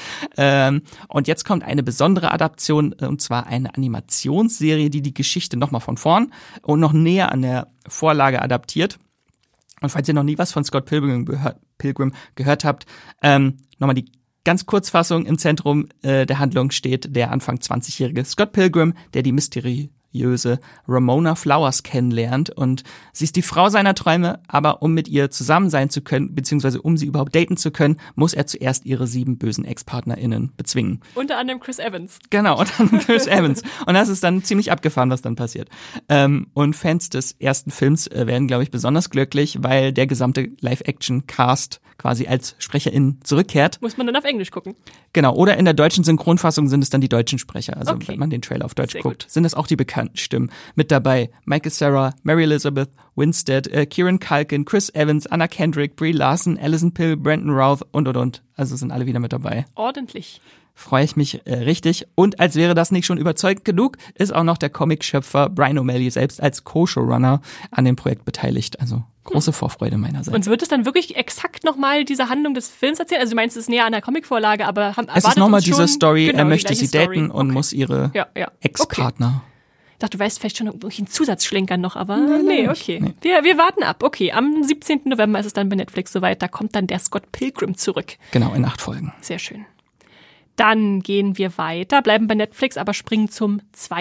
Und jetzt kommt eine besondere Adaption, und zwar eine Animationsserie, die die Geschichte nochmal von vorn und noch näher an der Vorlage adaptiert. Und falls ihr noch nie was von Scott Pilgrim gehört habt, nochmal die ganz Kurzfassung: Im Zentrum der Handlung steht der Anfang 20-jährige Scott Pilgrim, der die mysteriöse Ramona Flowers kennenlernt. Und sie ist die Frau seiner Träume, aber um mit ihr zusammen sein zu können, beziehungsweise um sie überhaupt daten zu können, muss er zuerst ihre 7 bösen Ex-PartnerInnen bezwingen. Unter anderem Chris Evans. Genau, unter anderem Chris Evans. Und das ist dann ziemlich abgefahren, was dann passiert. Und Fans des ersten Films werden, glaube ich, besonders glücklich, weil der gesamte Live-Action-Cast quasi als SprecherInnen zurückkehrt. Muss man dann auf Englisch gucken. Genau, oder in der deutschen Synchronfassung sind es dann die deutschen Sprecher. Also wenn man den Trailer auf Deutsch Sehr guckt, gut. sind es auch die bekannten Stimmen. Mit dabei Michael Cera, Mary Elizabeth Winstead, Kieran Culkin, Chris Evans, Anna Kendrick, Brie Larson, Alison Pill, Brandon Routh und. Also sind alle wieder mit dabei. Ordentlich. Freue ich mich richtig. Und als wäre das nicht schon überzeugend genug, ist auch noch der Comic-Schöpfer Brian O'Malley selbst als Co-Showrunner an dem Projekt beteiligt. Also große Vorfreude meinerseits. Und wird es dann wirklich exakt nochmal diese Handlung des Films erzählen? Also du meinst, es ist näher an der Comicvorlage, aber es ist nochmal diese Story, genau, er möchte sie daten und muss ihre Ex-Partner. Ich dachte, du weißt vielleicht schon einen Zusatzschlenkern noch, aber nee, okay. Nee. Wir warten ab. Okay, am 17. November ist es dann bei Netflix soweit. Da kommt dann der Scott Pilgrim zurück. Genau, in 8 Folgen. Sehr schön. Dann gehen wir weiter, bleiben bei Netflix, aber springen zum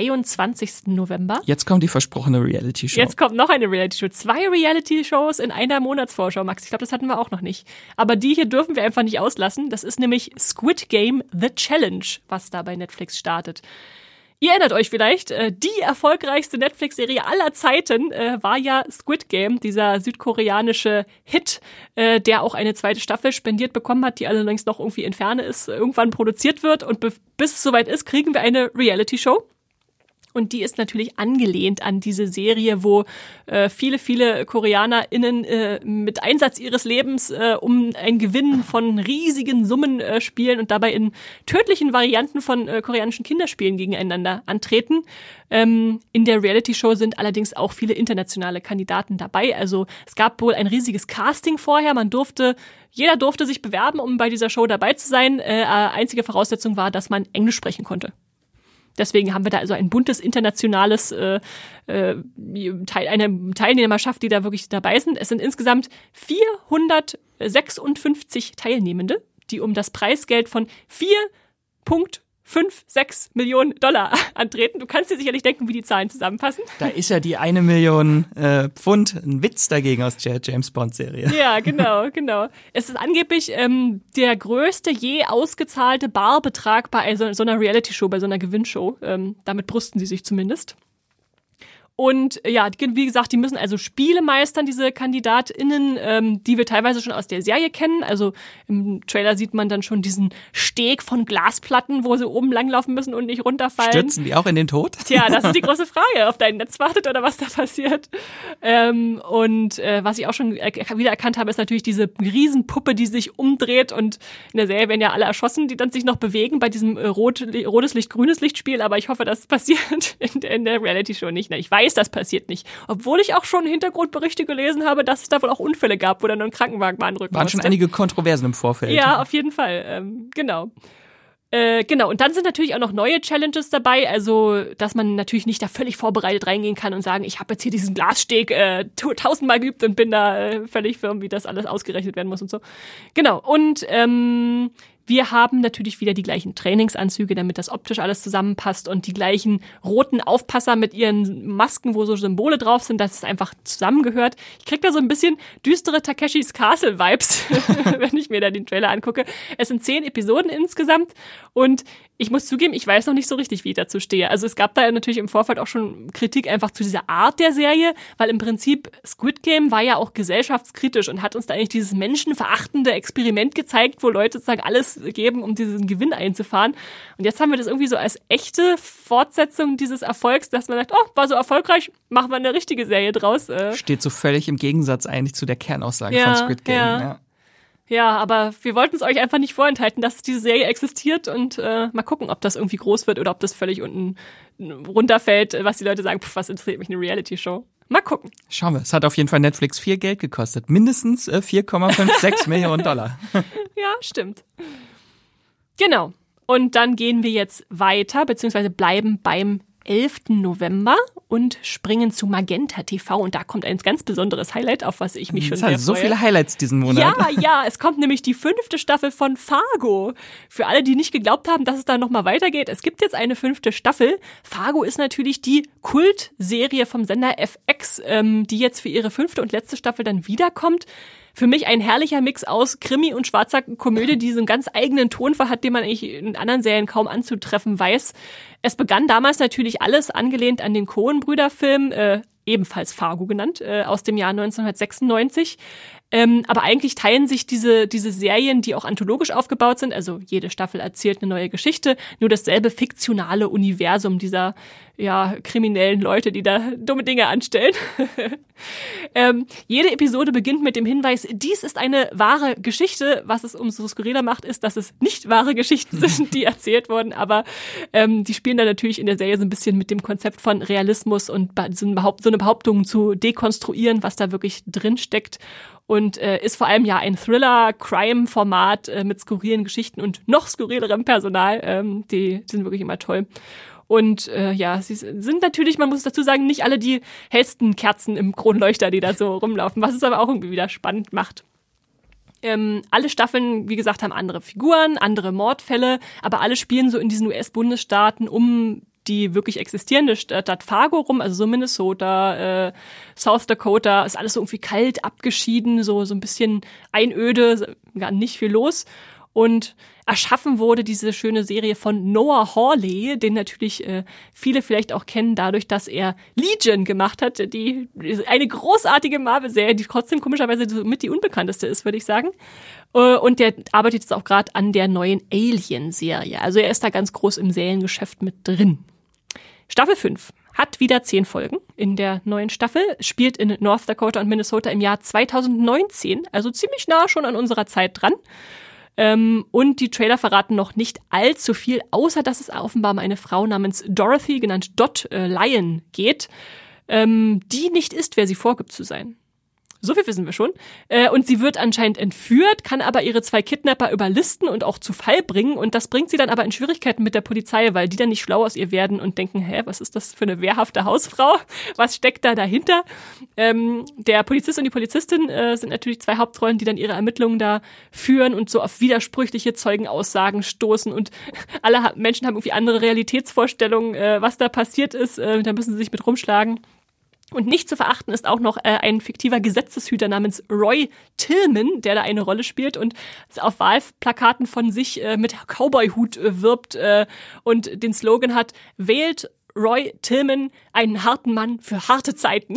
22. November. Jetzt kommt die versprochene Reality-Show. Jetzt kommt noch eine Reality-Show. 2 Reality-Shows in einer Monatsvorschau, Max. Ich glaube, das hatten wir auch noch nicht. Aber die hier dürfen wir einfach nicht auslassen. Das ist nämlich Squid Game The Challenge, was da bei Netflix startet. Ihr erinnert euch vielleicht, die erfolgreichste Netflix-Serie aller Zeiten war ja Squid Game, dieser südkoreanische Hit, der auch eine 2. Staffel spendiert bekommen hat, die allerdings noch irgendwie in Ferne ist, irgendwann produziert wird. Und bis es soweit ist, kriegen wir eine Reality-Show. Und die ist natürlich angelehnt an diese Serie, wo viele KoreanerInnen mit Einsatz ihres Lebens um einen Gewinn von riesigen Summen spielen und dabei in tödlichen Varianten von koreanischen Kinderspielen gegeneinander antreten. In der Reality-Show sind allerdings auch viele internationale Kandidaten dabei. Also es gab wohl ein riesiges Casting vorher. Jeder durfte sich bewerben, um bei dieser Show dabei zu sein. Einzige Voraussetzung war, dass man Englisch sprechen konnte. Deswegen haben wir da also ein buntes internationales eine Teilnehmerschaft, die da wirklich dabei sind. Es sind insgesamt 456 Teilnehmende, die um das Preisgeld von 4,56 Millionen $, antreten. Du kannst dir sicherlich denken, wie die Zahlen zusammenpassen. Da ist ja die 1 Million Pfund ein Witz dagegen aus der James-Bond-Serie. Ja, genau. Es ist angeblich der größte je ausgezahlte Barbetrag bei so einer Reality-Show, bei so einer Gewinnshow. Damit brüsten sie sich zumindest. Und ja, wie gesagt, die müssen also Spiele meistern, diese KandidatInnen, die wir teilweise schon aus der Serie kennen. Also im Trailer sieht man dann schon diesen Steg von Glasplatten, wo sie oben langlaufen müssen und nicht runterfallen. Stürzen die auch in den Tod? Tja, das ist die große Frage, ob dein Netz wartet oder was da passiert. Was ich auch schon wiedererkannt habe, ist natürlich diese Riesenpuppe, die sich umdreht, und in der Serie werden ja alle erschossen, die dann sich noch bewegen bei diesem rotes Licht, grünes Licht-Spiel, aber ich hoffe, das passiert in der Reality-Show nicht. Ich weiß, das passiert nicht. Obwohl ich auch schon Hintergrundberichte gelesen habe, dass es da wohl auch Unfälle gab, wo dann ein Krankenwagen mal anrücken Waren musste. schon einige Kontroversen im Vorfeld. Ja, auf jeden Fall. Genau. Und dann sind natürlich auch noch neue Challenges dabei, also dass man natürlich nicht da völlig vorbereitet reingehen kann und sagen, ich habe jetzt hier diesen Glassteg 1000-mal geübt und bin da völlig firm, wie das alles ausgerechnet werden muss und so. Genau, und wir haben natürlich wieder die gleichen Trainingsanzüge, damit das optisch alles zusammenpasst, und die gleichen roten Aufpasser mit ihren Masken, wo so Symbole drauf sind, dass es einfach zusammengehört. Ich krieg da so ein bisschen düstere Takeshis Castle-Vibes, wenn ich mir da den Trailer angucke. Es sind 10 Episoden insgesamt, und ich muss zugeben, ich weiß noch nicht so richtig, wie ich dazu stehe. Also es gab da natürlich im Vorfeld auch schon Kritik einfach zu dieser Art der Serie, weil im Prinzip Squid Game war ja auch gesellschaftskritisch und hat uns da eigentlich dieses menschenverachtende Experiment gezeigt, wo Leute sozusagen alles geben, um diesen Gewinn einzufahren. Und jetzt haben wir das irgendwie so als echte Fortsetzung dieses Erfolgs, dass man sagt, oh, war so erfolgreich, machen wir eine richtige Serie draus. Steht so völlig im Gegensatz eigentlich zu der Kernaussage von Squid Game. Ja, aber wir wollten es euch einfach nicht vorenthalten, dass diese Serie existiert, und mal gucken, ob das irgendwie groß wird oder ob das völlig unten runterfällt, was die Leute sagen, was interessiert mich eine Reality-Show. Mal gucken. Schauen wir, es hat auf jeden Fall Netflix viel Geld gekostet. Mindestens 4,56 Millionen $. Ja, stimmt. Genau. Und dann gehen wir jetzt weiter, beziehungsweise bleiben beim 11. November und springen zu Magenta TV, und da kommt ein ganz besonderes Highlight, auf was ich mich schon sehr freue. So viele Highlights diesen Monat. Ja, es kommt nämlich die 5. Staffel von Fargo. Für alle, die nicht geglaubt haben, dass es da nochmal weitergeht, es gibt jetzt eine 5. Staffel. Fargo ist natürlich die Kultserie vom Sender FX, die jetzt für ihre 5. und letzte Staffel dann wiederkommt. Für mich ein herrlicher Mix aus Krimi und schwarzer Komödie, die so einen ganz eigenen Tonfall hat, den man eigentlich in anderen Serien kaum anzutreffen weiß. Es begann damals natürlich alles angelehnt an den Coen-Brüder-Film, ebenfalls Fargo genannt, aus dem Jahr 1996. Aber eigentlich teilen sich diese Serien, die auch anthologisch aufgebaut sind, also jede Staffel erzählt eine neue Geschichte, nur dasselbe fiktionale Universum dieser kriminellen Leute, die da dumme Dinge anstellen. Jede Episode beginnt mit dem Hinweis, dies ist eine wahre Geschichte. Was es umso skurriler macht, ist, dass es nicht wahre Geschichten sind, die erzählt wurden, aber die spielen dann natürlich in der Serie so ein bisschen mit dem Konzept von Realismus und so eine Behauptung zu dekonstruieren, was da wirklich drin steckt. Und ist vor allem ein Thriller-Crime-Format mit skurrilen Geschichten und noch skurrilerem Personal. Die sind wirklich immer toll. Und sie sind natürlich, man muss dazu sagen, nicht alle die hellsten Kerzen im Kronleuchter, die da so rumlaufen, was es aber auch irgendwie wieder spannend macht. Alle Staffeln, wie gesagt, haben andere Figuren, andere Mordfälle, aber alle spielen so in diesen US-Bundesstaaten um die wirklich existierende Stadt Fargo rum, also so Minnesota, South Dakota, ist alles so irgendwie kalt, abgeschieden, so ein bisschen einöde, gar nicht viel los. Und erschaffen wurde diese schöne Serie von Noah Hawley, den natürlich viele vielleicht auch kennen, dadurch, dass er Legion gemacht hat, die eine großartige Marvel-Serie, die trotzdem komischerweise mit die unbekannteste ist, würde ich sagen. Und der arbeitet jetzt auch gerade an der neuen Alien-Serie. Also er ist da ganz groß im Seriengeschäft mit drin. Staffel 5 hat wieder 10 Folgen in der neuen Staffel, spielt in North Dakota und Minnesota im Jahr 2019, also ziemlich nah schon an unserer Zeit dran. Und die Trailer verraten noch nicht allzu viel, außer dass es offenbar um eine Frau namens Dorothy, genannt Dot Lyon, geht, die nicht ist, wer sie vorgibt zu sein. So viel wissen wir schon. Und sie wird anscheinend entführt, kann aber ihre 2 Kidnapper überlisten und auch zu Fall bringen. Und das bringt sie dann aber in Schwierigkeiten mit der Polizei, weil die dann nicht schlau aus ihr werden und denken, was ist das für eine wehrhafte Hausfrau? Was steckt da dahinter? Der Polizist und die Polizistin sind natürlich 2 Hauptrollen, die dann ihre Ermittlungen da führen und so auf widersprüchliche Zeugenaussagen stoßen. Und alle Menschen haben irgendwie andere Realitätsvorstellungen, was da passiert ist. Da müssen sie sich mit rumschlagen. Und nicht zu verachten ist auch noch ein fiktiver Gesetzeshüter namens Roy Tillman, der da eine Rolle spielt und auf Wahlplakaten von sich mit Cowboy-Hut wirbt und den Slogan hat, wählt Roy Tillman einen harten Mann für harte Zeiten.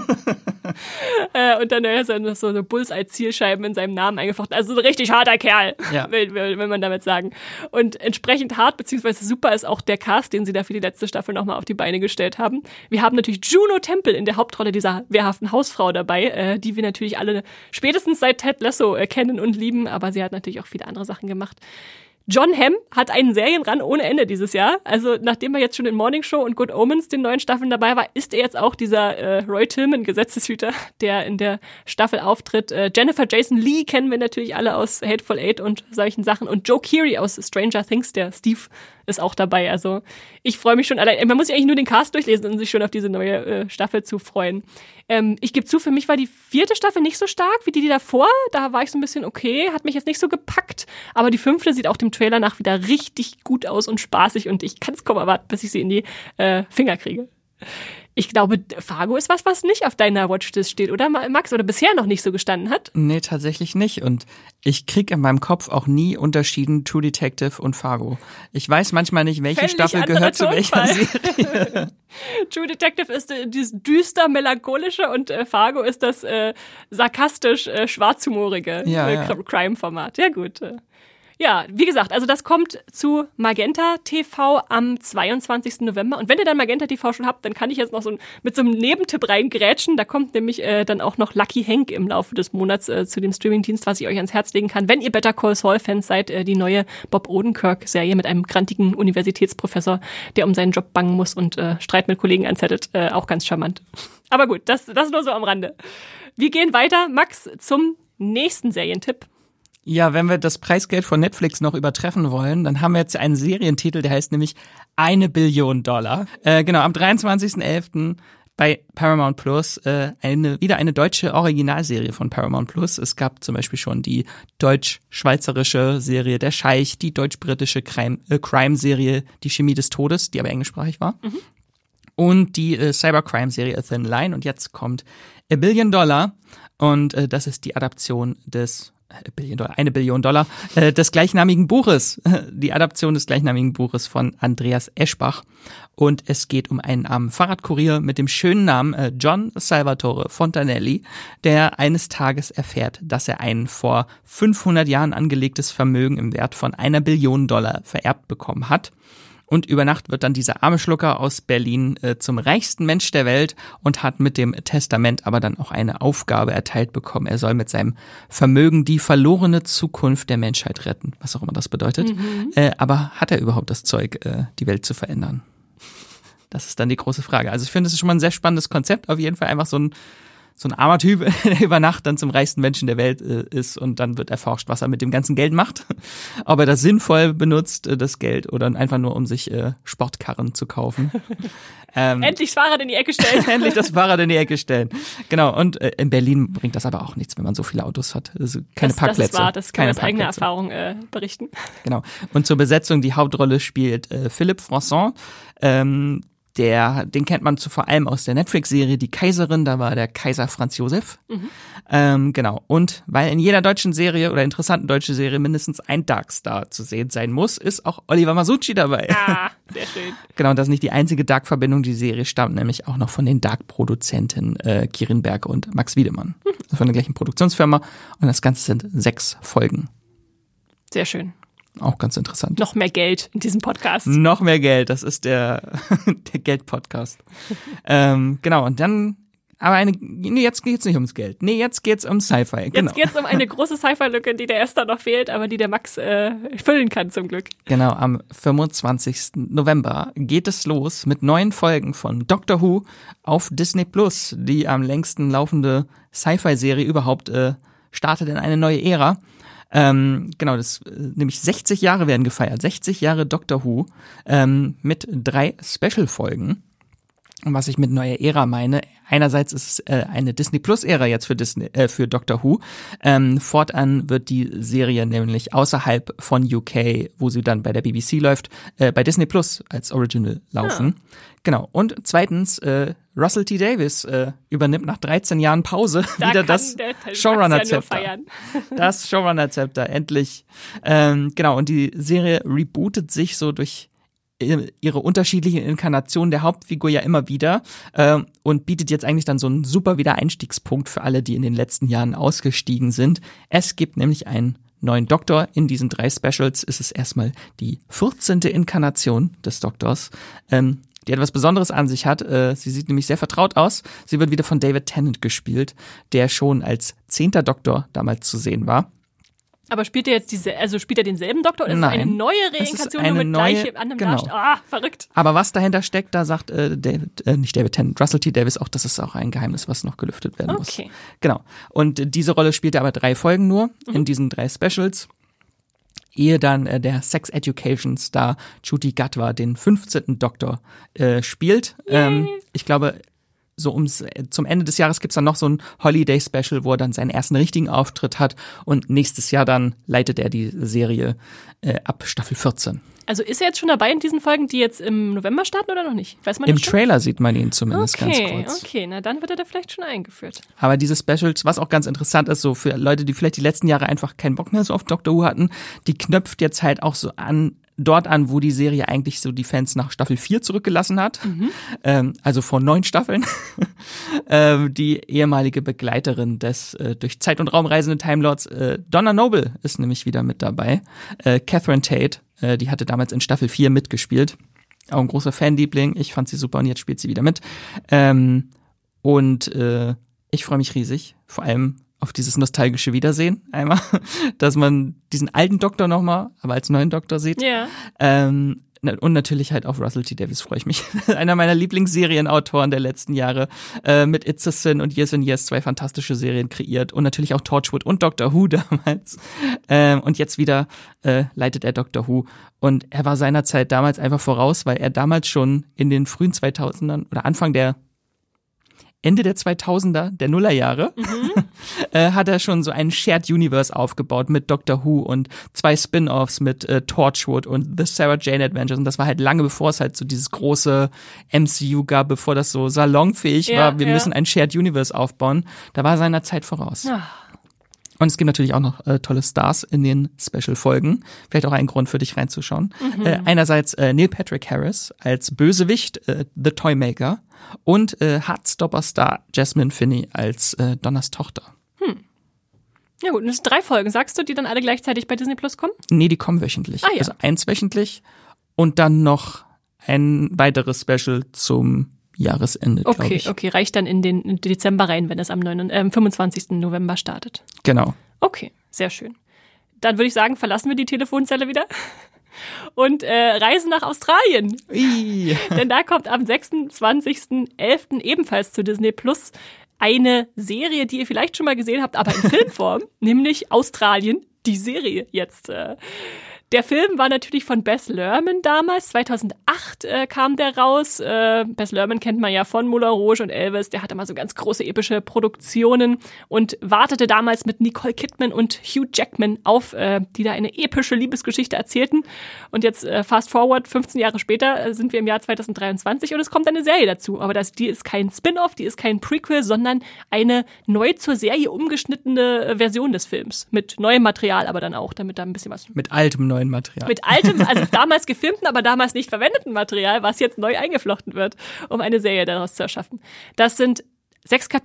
Und dann ist noch so eine Bullseye-Zielscheiben in seinem Namen eingefochten. Also ein richtig harter Kerl, will man damit sagen. Und entsprechend hart bzw. super ist auch der Cast, den sie da für die letzte Staffel nochmal auf die Beine gestellt haben. Wir haben natürlich Juno Temple in der Hauptrolle dieser wehrhaften Hausfrau dabei, die wir natürlich alle spätestens seit Ted Lasso kennen und lieben, aber sie hat natürlich auch viele andere Sachen gemacht. John Hamm hat einen Serienrun ohne Ende dieses Jahr. Also nachdem er jetzt schon in Morning Show und Good Omens den neuen Staffeln dabei war, ist er jetzt auch dieser Roy Tillman Gesetzeshüter, der in der Staffel auftritt. Jennifer Jason Leigh kennen wir natürlich alle aus Hateful Eight und solchen Sachen. Und Joe Keery aus Stranger Things, der Steve, ist auch dabei. Also ich freue mich schon allein. Man muss sich eigentlich nur den Cast durchlesen und sich schon auf diese neue Staffel zu freuen. Ich gebe zu, für mich war die 4. Staffel nicht so stark wie die davor. Da war ich so ein bisschen okay, hat mich jetzt nicht so gepackt. Aber die 5. sieht auch dem Trailer nach wieder richtig gut aus und spaßig. Und ich kann es kaum erwarten, bis ich sie in die Finger kriege. Ich glaube, Fargo ist was nicht auf deiner Watchlist steht, oder Max? Oder bisher noch nicht so gestanden hat? Nee, tatsächlich nicht. Und ich krieg in meinem Kopf auch nie unterschieden True Detective und Fargo. Ich weiß manchmal nicht, welche Staffel gehört zu welcher Serie. True Detective ist dieses düster melancholische und Fargo ist das sarkastisch schwarzhumorige Crime-Format. Ja, gut. Ja, wie gesagt, also das kommt zu Magenta TV am 22. November. Und wenn ihr dann Magenta TV schon habt, dann kann ich jetzt noch mit so einem Nebentipp reingrätschen. Da kommt nämlich dann auch noch Lucky Hank im Laufe des Monats zu dem Streamingdienst, was ich euch ans Herz legen kann. Wenn ihr Better Call Saul-Fans seid, die neue Bob Odenkirk-Serie mit einem grantigen Universitätsprofessor, der um seinen Job bangen muss und Streit mit Kollegen anzettelt. Auch ganz charmant. Aber gut, das nur so am Rande. Wir gehen weiter, Max, zum nächsten Serientipp. Ja, wenn wir das Preisgeld von Netflix noch übertreffen wollen, dann haben wir jetzt einen Serientitel, der heißt nämlich $1 Billion. Genau, am 23.11. bei Paramount Plus wieder eine deutsche Originalserie von Paramount Plus. Es gab zum Beispiel schon die deutsch-schweizerische Serie Der Scheich, die deutsch-britische Crime-Serie Die Chemie des Todes, die aber englischsprachig war. Mhm. Und die Cybercrime-Serie A Thin Line. Und jetzt kommt $1 Billion. Und das ist die Adaption des $1 Billion des gleichnamigen Buches, die Adaption des gleichnamigen Buches von Andreas Eschbach. Und es geht um einen armen Fahrradkurier mit dem schönen Namen John Salvatore Fontanelli, der eines Tages erfährt, dass er ein vor 500 Jahren angelegtes Vermögen im Wert von $1 Billion vererbt bekommen hat. Und über Nacht wird dann dieser arme Schlucker aus Berlin zum reichsten Mensch der Welt und hat mit dem Testament aber dann auch eine Aufgabe erteilt bekommen. Er soll mit seinem Vermögen die verlorene Zukunft der Menschheit retten, was auch immer das bedeutet. Aber hat er überhaupt das Zeug, die Welt zu verändern? Das ist dann die große Frage. Also ich finde, es ist schon mal ein sehr spannendes Konzept. Auf jeden Fall einfach so ein armer Typ, der über Nacht dann zum reichsten Menschen der Welt ist und dann wird erforscht, was er mit dem ganzen Geld macht. Ob er das sinnvoll benutzt, das Geld, oder einfach nur, um sich Sportkarren zu kaufen. Endlich das Fahrrad in die Ecke stellen. Endlich das Fahrrad in die Ecke stellen. Genau, und in Berlin bringt das aber auch nichts, wenn man so viele Autos hat. Also keine Parkplätze. Das ist wahr, das kann man aus eigener Erfahrung berichten. Genau. Und zur Besetzung, die Hauptrolle spielt Philippe Françon. Den kennt man vor allem aus der Netflix-Serie Die Kaiserin, da war der Kaiser Franz Josef. Genau. Und weil in jeder deutschen Serie oder interessanten deutschen Serie mindestens ein Darkstar zu sehen sein muss, ist auch Oliver Masucci dabei. Ah, sehr schön. Genau, und das ist nicht die einzige Dark-Verbindung. Die Serie stammt nämlich auch noch von den Dark-Produzenten Kirin Berg und Max Wiedemann. Von der gleichen Produktionsfirma. Und das Ganze sind 6 Folgen. Sehr schön. Auch ganz interessant. Noch mehr Geld in diesem Podcast. Noch mehr Geld, das ist der Geld-Podcast. Genau, und dann, aber jetzt geht's nicht ums Geld. Nee, jetzt geht's um Sci-Fi. Genau. Jetzt geht's um eine große Sci-Fi-Lücke, die der Esther noch fehlt, aber die der Max füllen kann zum Glück. Genau, am 25. November geht es los mit 9 Folgen von Doctor Who auf Disney Plus, die am längsten laufende Sci-Fi-Serie überhaupt startet in eine neue Ära. Genau, nämlich 60 Jahre werden gefeiert. 60 Jahre Doctor Who mit 3 Special-Folgen. Und was ich mit neuer Ära meine, einerseits ist es eine Disney-Plus-Ära jetzt für Doctor Who. Fortan wird die Serie nämlich außerhalb von UK, wo sie dann bei der BBC läuft, bei Disney Plus als Original laufen. Ja. Genau. Und zweitens, Russell T. Davies übernimmt nach 13 Jahren Pause wieder das Showrunner-Zepter. Das Showrunner-Zepter, endlich. Genau, und die Serie rebootet sich so durch ihre unterschiedlichen Inkarnationen der Hauptfigur ja immer wieder und bietet jetzt eigentlich dann so einen super Wiedereinstiegspunkt für alle, die in den letzten Jahren ausgestiegen sind. Es gibt nämlich einen neuen Doktor. In diesen 3 Specials ist es erstmal die 14. Inkarnation des Doktors, die etwas Besonderes an sich hat. Sie sieht nämlich sehr vertraut aus. Sie wird wieder von David Tennant gespielt, der schon als 10. Doktor damals zu sehen war. Aber spielt er jetzt spielt er denselben Doktor oder ist es eine neue Reinkarnation nur mit gleichem anderem Darsteller? Ah, verrückt. Aber was dahinter steckt, da sagt nicht David Tennant, Russell T. Davies auch, das ist auch ein Geheimnis, was noch gelüftet werden muss. Okay. Genau. Und diese Rolle spielt er aber 3 Folgen nur in diesen 3 Specials, ehe dann der Sex Education Star Ncuti Gatwa den 15. Doktor spielt. Ich glaube, so zum Ende des Jahres gibt's dann noch so ein Holiday-Special, wo er dann seinen ersten richtigen Auftritt hat und nächstes Jahr dann leitet er die Serie ab Staffel 14. Also ist er jetzt schon dabei in diesen Folgen, die jetzt im November starten oder noch nicht? Weiß man Im das schon? Trailer sieht man ihn zumindest ganz kurz. Okay, na dann wird er da vielleicht schon eingeführt. Aber diese Specials, was auch ganz interessant ist, so für Leute, die vielleicht die letzten Jahre einfach keinen Bock mehr so auf Doctor Who hatten, die knöpft jetzt halt auch so dort an, wo die Serie eigentlich so die Fans nach Staffel 4 zurückgelassen hat. Also vor 9 Staffeln. Die ehemalige Begleiterin des durch Zeit und Raum reisenden Timelords Donna Noble ist nämlich wieder mit dabei. Catherine Tate, die hatte damals in Staffel 4 mitgespielt. Auch ein großer Fanliebling. Ich fand sie super und jetzt spielt sie wieder mit. Ich freue mich riesig. Vor allem auf dieses nostalgische Wiedersehen einmal, dass man diesen alten Doktor nochmal, aber als neuen Doktor sieht. Ja. Und natürlich halt auf Russell T. Davies freue ich mich. Einer meiner Lieblingsserienautoren der letzten Jahre. Mit It's a Sin und Years and Years 2 fantastische Serien kreiert und natürlich auch Torchwood und Doctor Who damals. Und jetzt wieder leitet er Doctor Who. Und er war seinerzeit damals einfach voraus, weil er damals schon in den frühen 2000ern oder Ende der 2000er, der Nullerjahre, hat er schon so einen Shared Universe aufgebaut mit Doctor Who und 2 Spin-Offs mit Torchwood und The Sarah Jane Adventures. Und das war halt lange bevor es halt so dieses große MCU gab, bevor das so salonfähig war. Wir müssen ein Shared Universe aufbauen. Da war er seiner Zeit voraus. Ja. Und es gibt natürlich auch noch tolle Stars in den Special-Folgen. Vielleicht auch ein Grund für dich reinzuschauen. Einerseits Neil Patrick Harris als Bösewicht, The Toymaker. Und Heartstopper-Star Jasmine Finney als Donners Tochter. Ja gut, und das sind 3 Folgen. Sagst du, die dann alle gleichzeitig bei Disney Plus kommen? Nee, die kommen wöchentlich. Ah, ja. Also 1 wöchentlich und dann noch ein weiteres Special zum Jahresende, glaube ich. Okay, reicht dann in den Dezember rein, wenn es am 25. November startet. Genau. Okay, sehr schön. Dann würde ich sagen, verlassen wir die Telefonzelle wieder und reisen nach Australien. Denn da kommt am 26.11. ebenfalls zu Disney Plus eine Serie, die ihr vielleicht schon mal gesehen habt, aber in Filmform, nämlich Australien, die Serie jetzt. Der Film war natürlich von Baz Luhrmann damals, 2008 kam der raus. Baz Luhrmann kennt man ja von Moulin Rouge und Elvis, der hatte mal so ganz große epische Produktionen und wartete damals mit Nicole Kidman und Hugh Jackman auf, die da eine epische Liebesgeschichte erzählten. Und jetzt fast forward, 15 Jahre später sind wir im Jahr 2023 und es kommt eine Serie dazu. Aber die ist kein Spin-off, die ist kein Prequel, sondern eine neu zur Serie umgeschnittene Version des Films. Mit neuem Material aber dann auch, damit da ein bisschen was... Mit altem neuen Material. Mit altem, also damals gefilmten, aber damals nicht verwendeten Material, was jetzt neu eingeflochten wird, um eine Serie daraus zu erschaffen. Das sind 6 Kapitel,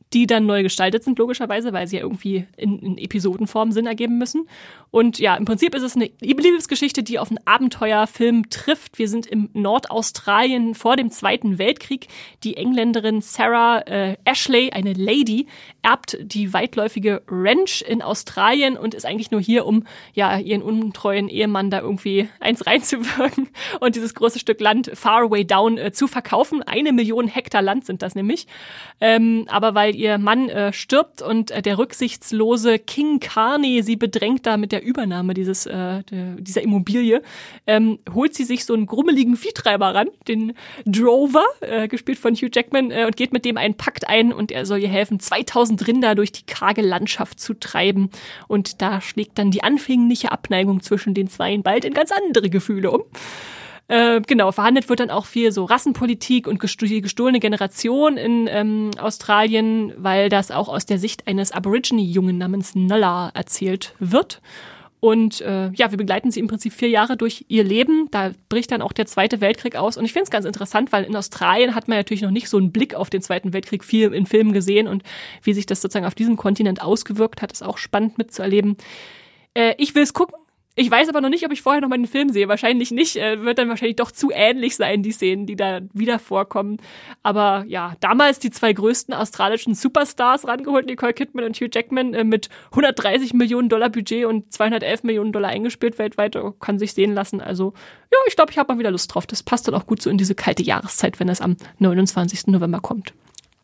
die dann neu gestaltet sind, logischerweise, weil sie ja irgendwie in Episodenform Sinn ergeben müssen. Und ja, im Prinzip ist es eine Liebesgeschichte, die auf einen Abenteuerfilm trifft. Wir sind im Nordaustralien vor dem Zweiten Weltkrieg. Die Engländerin Sarah Ashley, eine Lady, erbt die weitläufige Ranch in Australien und ist eigentlich nur hier, um ja ihren untreuen Ehemann da irgendwie eins reinzuwirken und dieses große Stück Land Far Way Down zu verkaufen. 1 Million Hektar Land sind das nämlich. Aber weil ihr Mann stirbt und der rücksichtslose King Carney sie bedrängt da mit der Übernahme dieser Immobilie, holt sie sich so einen grummeligen Viehtreiber ran, den Drover, gespielt von Hugh Jackman, und geht mit dem einen Pakt ein und er soll ihr helfen, 2000 Rinder durch die karge Landschaft zu treiben. Und da schlägt dann die anfängliche Abneigung zwischen den Zweien bald in ganz andere Gefühle um. Genau, verhandelt wird dann auch viel so Rassenpolitik und die gestohlene Generation in Australien, weil das auch aus der Sicht eines Aborigine-Jungen namens Nulla erzählt wird. Und wir begleiten sie im Prinzip 4 Jahre durch ihr Leben. Da bricht dann auch der Zweite Weltkrieg aus. Und ich finde es ganz interessant, weil in Australien hat man natürlich noch nicht so einen Blick auf den Zweiten Weltkrieg viel in Filmen gesehen. Und wie sich das sozusagen auf diesem Kontinent ausgewirkt hat, ist auch spannend mitzuerleben. Ich will es gucken. Ich weiß aber noch nicht, ob ich vorher noch mal den Film sehe. Wahrscheinlich nicht. Wird dann wahrscheinlich doch zu ähnlich sein, die Szenen, die da wieder vorkommen. Aber ja, damals die 2 größten australischen Superstars rangeholt, Nicole Kidman und Hugh Jackman, mit $130 Millionen Budget und $211 Millionen eingespielt weltweit. Kann sich sehen lassen. Also ja, ich glaube, ich habe mal wieder Lust drauf. Das passt dann auch gut so in diese kalte Jahreszeit, wenn es am 29. November kommt.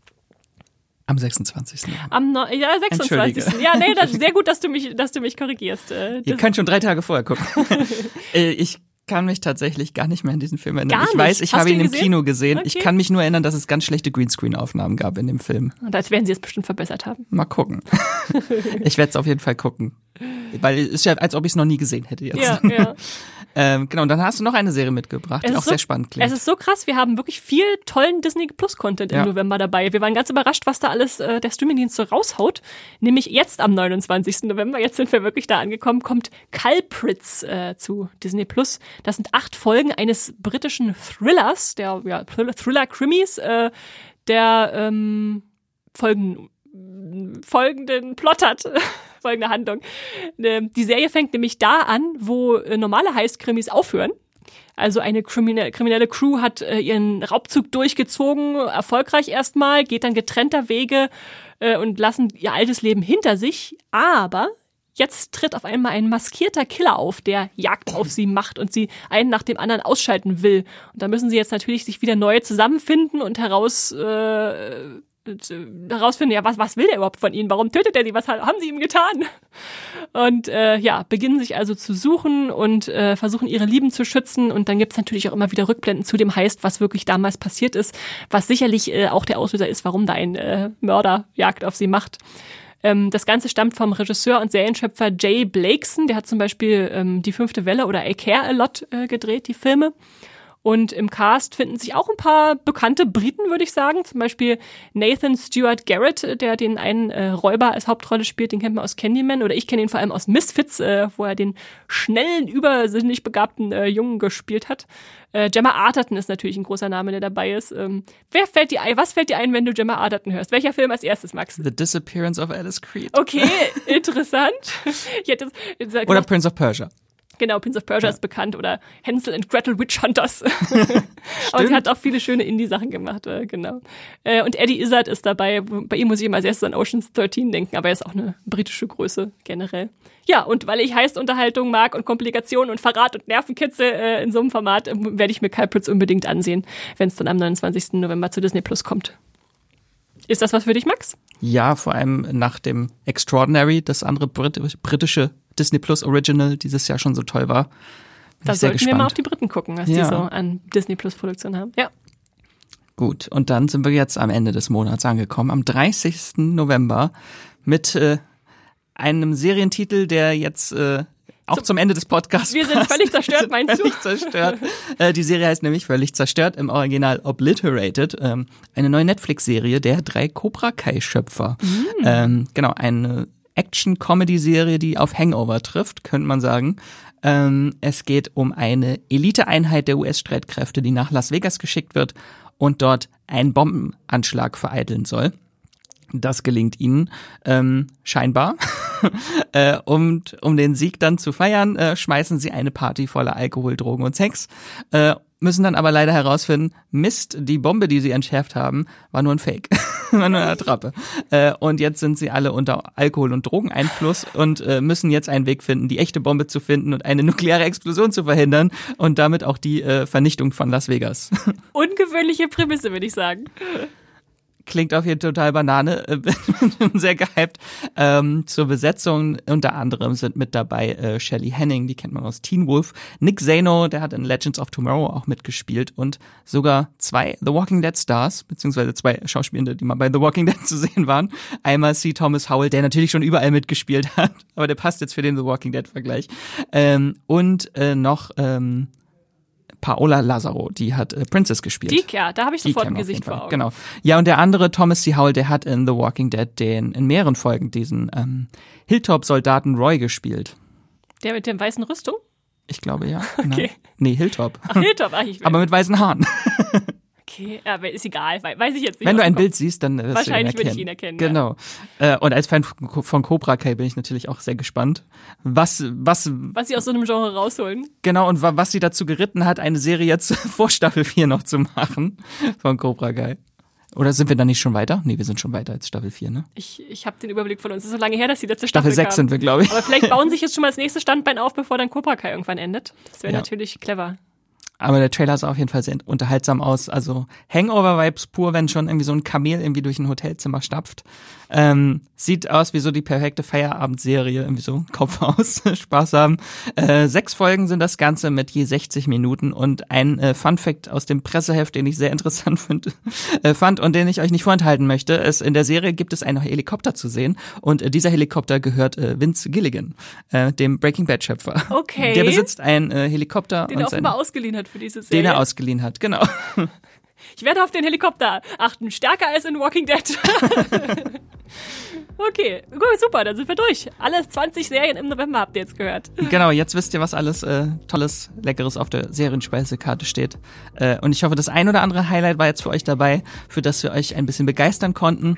Am 26. 26. Ja, nee, das ist sehr gut, dass du mich korrigierst. Ihr könnt schon 3 Tage vorher gucken. Ich kann mich tatsächlich gar nicht mehr an diesen Film erinnern. Ich weiß, ich habe ihn im Kino gesehen. Okay. Ich kann mich nur erinnern, dass es ganz schlechte Greenscreen-Aufnahmen gab in dem Film. Und als werden sie es bestimmt verbessert haben. Mal gucken. Ich werde es auf jeden Fall gucken. Weil es ist ja, als ob ich es noch nie gesehen hätte jetzt. Ja. Genau, und dann hast du noch eine Serie mitgebracht, die auch sehr spannend klingt. Es ist so krass, wir haben wirklich viel tollen Disney-Plus-Content im November dabei. Wir waren ganz überrascht, was da alles der Streamingdienst so raushaut. Nämlich jetzt am 29. November, jetzt sind wir wirklich da angekommen, kommt Culprits zu Disney Plus. Das sind 8 Folgen eines britischen Thrillers, Thriller-Krimis, der folgenden Plot hat. Folgende Handlung. Die Serie fängt nämlich da an, wo normale Heist-Krimis aufhören. Also eine kriminelle Crew hat ihren Raubzug durchgezogen, erfolgreich erstmal, geht dann getrennter Wege und lassen ihr altes Leben hinter sich. Aber jetzt tritt auf einmal ein maskierter Killer auf, der Jagd auf sie macht und sie einen nach dem anderen ausschalten will. Und da müssen sie jetzt natürlich sich wieder neu zusammenfinden und herausfinden, ja, was will der überhaupt von ihnen? Warum tötet er sie? Was haben sie ihm getan? Und beginnen sich also zu suchen und versuchen ihre Lieben zu schützen. Und dann gibt's natürlich auch immer wieder Rückblenden zu dem Heist, was wirklich damals passiert ist, was sicherlich auch der Auslöser ist, warum da ein Mörder Jagd auf sie macht. Das Ganze stammt vom Regisseur und Serienschöpfer Jay Blakeson. Der hat zum Beispiel Die 5. Welle oder I Care a Lot gedreht, die Filme. Und im Cast finden sich auch ein paar bekannte Briten, würde ich sagen. Zum Beispiel Nathan Stewart Garrett, der den einen Räuber als Hauptrolle spielt. Den kennt man aus Candyman. Oder ich kenne ihn vor allem aus Misfits, wo er den schnellen, übersinnlich begabten Jungen gespielt hat. Gemma Arterton ist natürlich ein großer Name, der dabei ist. Was fällt dir ein, wenn du Gemma Arterton hörst? Welcher Film als erstes, Max? The Disappearance of Alice Creed. Okay, interessant. Oder Prince of Persia. Genau, Prince of Persia ist bekannt oder Hansel and Gretel Witch Hunters. Aber sie hat auch viele schöne Indie-Sachen gemacht, genau. Und Eddie Izzard ist dabei. Bei ihm muss ich immer als erstes an Ocean's 13 denken, aber er ist auch eine britische Größe generell. Ja, und weil ich Heist-Unterhaltung mag und Komplikationen und Verrat und Nervenkitzel in so einem Format, werde ich mir Culprits unbedingt ansehen, wenn es dann am 29. November zu Disney Plus kommt. Ist das was für dich, Max? Ja, vor allem nach dem Extraordinary, das andere britische Disney Plus Original dieses Jahr schon so toll war. Da sollten wir mal auf die Briten gucken, was die so an Disney Plus Produktion haben. Ja. Gut, und dann sind wir jetzt am Ende des Monats angekommen, am 30. November mit einem Serientitel, der jetzt auch zum Ende des Podcasts Wir sind völlig zerstört, meinst du? Völlig zerstört. Die Serie heißt nämlich Völlig zerstört, im Original Obliterated. Eine neue Netflix-Serie der 3 Cobra Kai-Schöpfer. Genau, eine Action-Comedy-Serie, die auf Hangover trifft, könnte man sagen. Es geht um eine Eliteeinheit der US-Streitkräfte, die nach Las Vegas geschickt wird und dort einen Bombenanschlag vereiteln soll. Das gelingt ihnen scheinbar. Und um den Sieg dann zu feiern, schmeißen sie eine Party voller Alkohol, Drogen und Sex. Müssen dann aber leider herausfinden, Mist, die Bombe, die sie entschärft haben, war nur ein Fake. War nur eine Attrappe. Und jetzt sind sie alle unter Alkohol- und Drogeneinfluss und müssen jetzt einen Weg finden, die echte Bombe zu finden und eine nukleare Explosion zu verhindern und damit auch die Vernichtung von Las Vegas. Ungewöhnliche Prämisse, würde ich sagen. Klingt auf jeden Fall total Banane, bin sehr gehypt. Zur Besetzung unter anderem sind mit dabei Shelley Henning, die kennt man aus Teen Wolf, Nick Zano, der hat in Legends of Tomorrow auch mitgespielt und sogar 2 The Walking Dead Stars, beziehungsweise 2 Schauspielende, die mal bei The Walking Dead zu sehen waren. Einmal C. Thomas Howell, der natürlich schon überall mitgespielt hat, aber der passt jetzt für den The Walking Dead Vergleich. Und noch Paola Lazaro, die hat Princess gespielt. Die, ja, da habe ich sofort ein Gesicht vor Augen. Genau. Ja, und der andere, Thomas C. Howell, der hat in The Walking Dead in mehreren Folgen diesen Hilltop-Soldaten Roy gespielt. Der mit dem weißen Rüstung? Ich glaube, ja. Okay. Nee, Hilltop. Ach, Hilltop. Aber mit weißen Haaren. Okay, aber ist egal, weiß ich jetzt nicht. Wenn du ein Bild siehst, dann wirst wahrscheinlich du ihn erkennen. würde ich ihn erkennen. Genau. Ja. Und als Fan von Cobra Kai bin ich natürlich auch sehr gespannt, was sie aus so einem Genre rausholen. Genau, und was sie dazu geritten hat, eine Serie jetzt vor Staffel 4 noch zu machen von Cobra Kai. Oder sind wir da nicht schon weiter? Nee, wir sind schon weiter als Staffel 4, ne? Ich habe den Überblick von uns. Es ist so lange her, dass die letzte Staffel Staffel 6 sind wir, glaube ich. Aber vielleicht bauen sich jetzt schon mal das nächste Standbein auf, bevor dann Cobra Kai irgendwann endet. Das wäre natürlich clever. Aber der Trailer sah auf jeden Fall sehr unterhaltsam aus. Also Hangover-Vibes pur, wenn schon irgendwie so ein Kamel irgendwie durch ein Hotelzimmer stapft. Sieht aus wie so die perfekte Feierabendserie, irgendwie so Kopf aus, Spaß haben. 6 Folgen sind das Ganze mit je 60 Minuten und ein Fun-Fact aus dem Presseheft, den ich sehr interessant fand und den ich euch nicht vorenthalten möchte, ist, in der Serie gibt es einen Helikopter zu sehen und dieser Helikopter gehört Vince Gilligan, dem Breaking Bad Schöpfer. Okay. Der besitzt einen Helikopter. Den er offenbar ausgeliehen hat für diese Serie. Den er ausgeliehen hat, genau. Ich werde auf den Helikopter achten. Stärker als in Walking Dead. Okay, gut, super, dann sind wir durch. Alle 20 Serien im November habt ihr jetzt gehört. Genau, jetzt wisst ihr, was alles Tolles, Leckeres auf der Serienspeisekarte steht. Und ich hoffe, das ein oder andere Highlight war jetzt für euch dabei, für das wir euch ein bisschen begeistern konnten.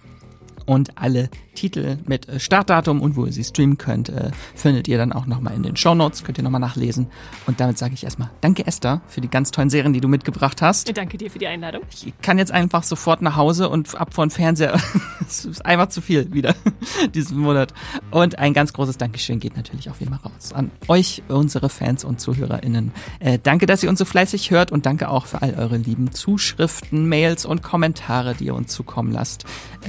Und alle Titel mit Startdatum und wo ihr sie streamen könnt, findet ihr dann auch nochmal in den Shownotes, könnt ihr nochmal nachlesen. Und damit sage ich erstmal danke, Esther, für die ganz tollen Serien, die du mitgebracht hast. Ich danke dir für die Einladung. Ich kann jetzt einfach sofort nach Hause und ab vor den Fernseher. Es ist einfach zu viel wieder diesen Monat. Und ein ganz großes Dankeschön geht natürlich auch wie immer raus an euch, unsere Fans und ZuhörerInnen. Danke, dass ihr uns so fleißig hört und danke auch für all eure lieben Zuschriften, Mails und Kommentare, die ihr uns zukommen lasst.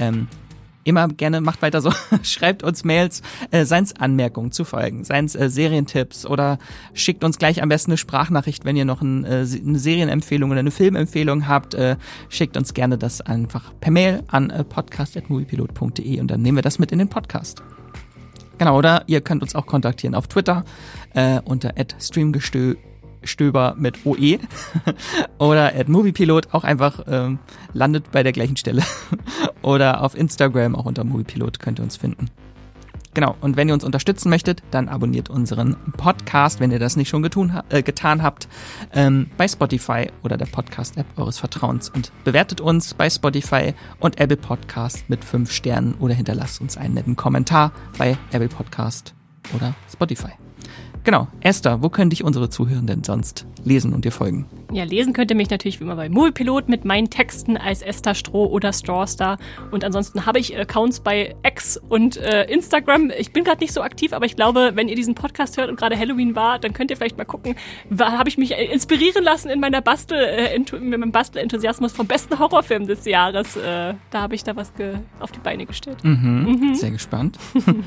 Immer gerne, macht weiter so, schreibt uns Mails, seien's Anmerkungen zu Folgen, seien's Serientipps oder schickt uns gleich am besten eine Sprachnachricht, wenn ihr noch eine Serienempfehlung oder eine Filmempfehlung habt, schickt uns gerne das einfach per Mail an podcast@moviepilot.de und dann nehmen wir das mit in den Podcast. Genau, oder ihr könnt uns auch kontaktieren auf Twitter unter @streamgestöber mit OE oder @moviepilot, auch einfach landet bei der gleichen Stelle. Oder auf Instagram, auch unter Moviepilot, könnt ihr uns finden. Genau, und wenn ihr uns unterstützen möchtet, dann abonniert unseren Podcast, wenn ihr das nicht schon getan habt, bei Spotify oder der Podcast-App eures Vertrauens und bewertet uns bei Spotify und Apple Podcast mit 5 Sternen oder hinterlasst uns einen netten Kommentar bei Apple Podcast oder Spotify. Genau, Esther, wo können dich unsere Zuhörenden sonst lesen und dir folgen? Ja, lesen könnt ihr mich natürlich wie immer bei Moviepilot mit meinen Texten als Esther Stroh oder Strawstar. Und ansonsten habe ich Accounts bei X und Instagram. Ich bin gerade nicht so aktiv, aber ich glaube, wenn ihr diesen Podcast hört und gerade Halloween war, dann könnt ihr vielleicht mal gucken, habe ich mich inspirieren lassen in meiner mit meinem Bastelenthusiasmus vom besten Horrorfilm des Jahres. Da habe ich da was auf die Beine gestellt. Sehr gespannt.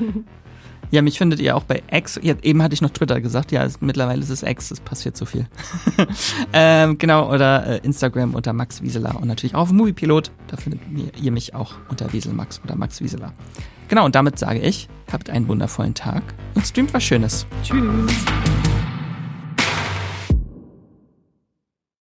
Ja, mich findet ihr auch bei X. Ja, eben hatte ich noch Twitter gesagt. Ja, mittlerweile ist es X. Es passiert so viel. Genau, oder Instagram unter Max Wieseler und natürlich auch auf Moviepilot. Da findet ihr mich auch unter Wieselmax oder Max Wieseler. Genau, und damit sage ich, habt einen wundervollen Tag und streamt was Schönes. Tschüss.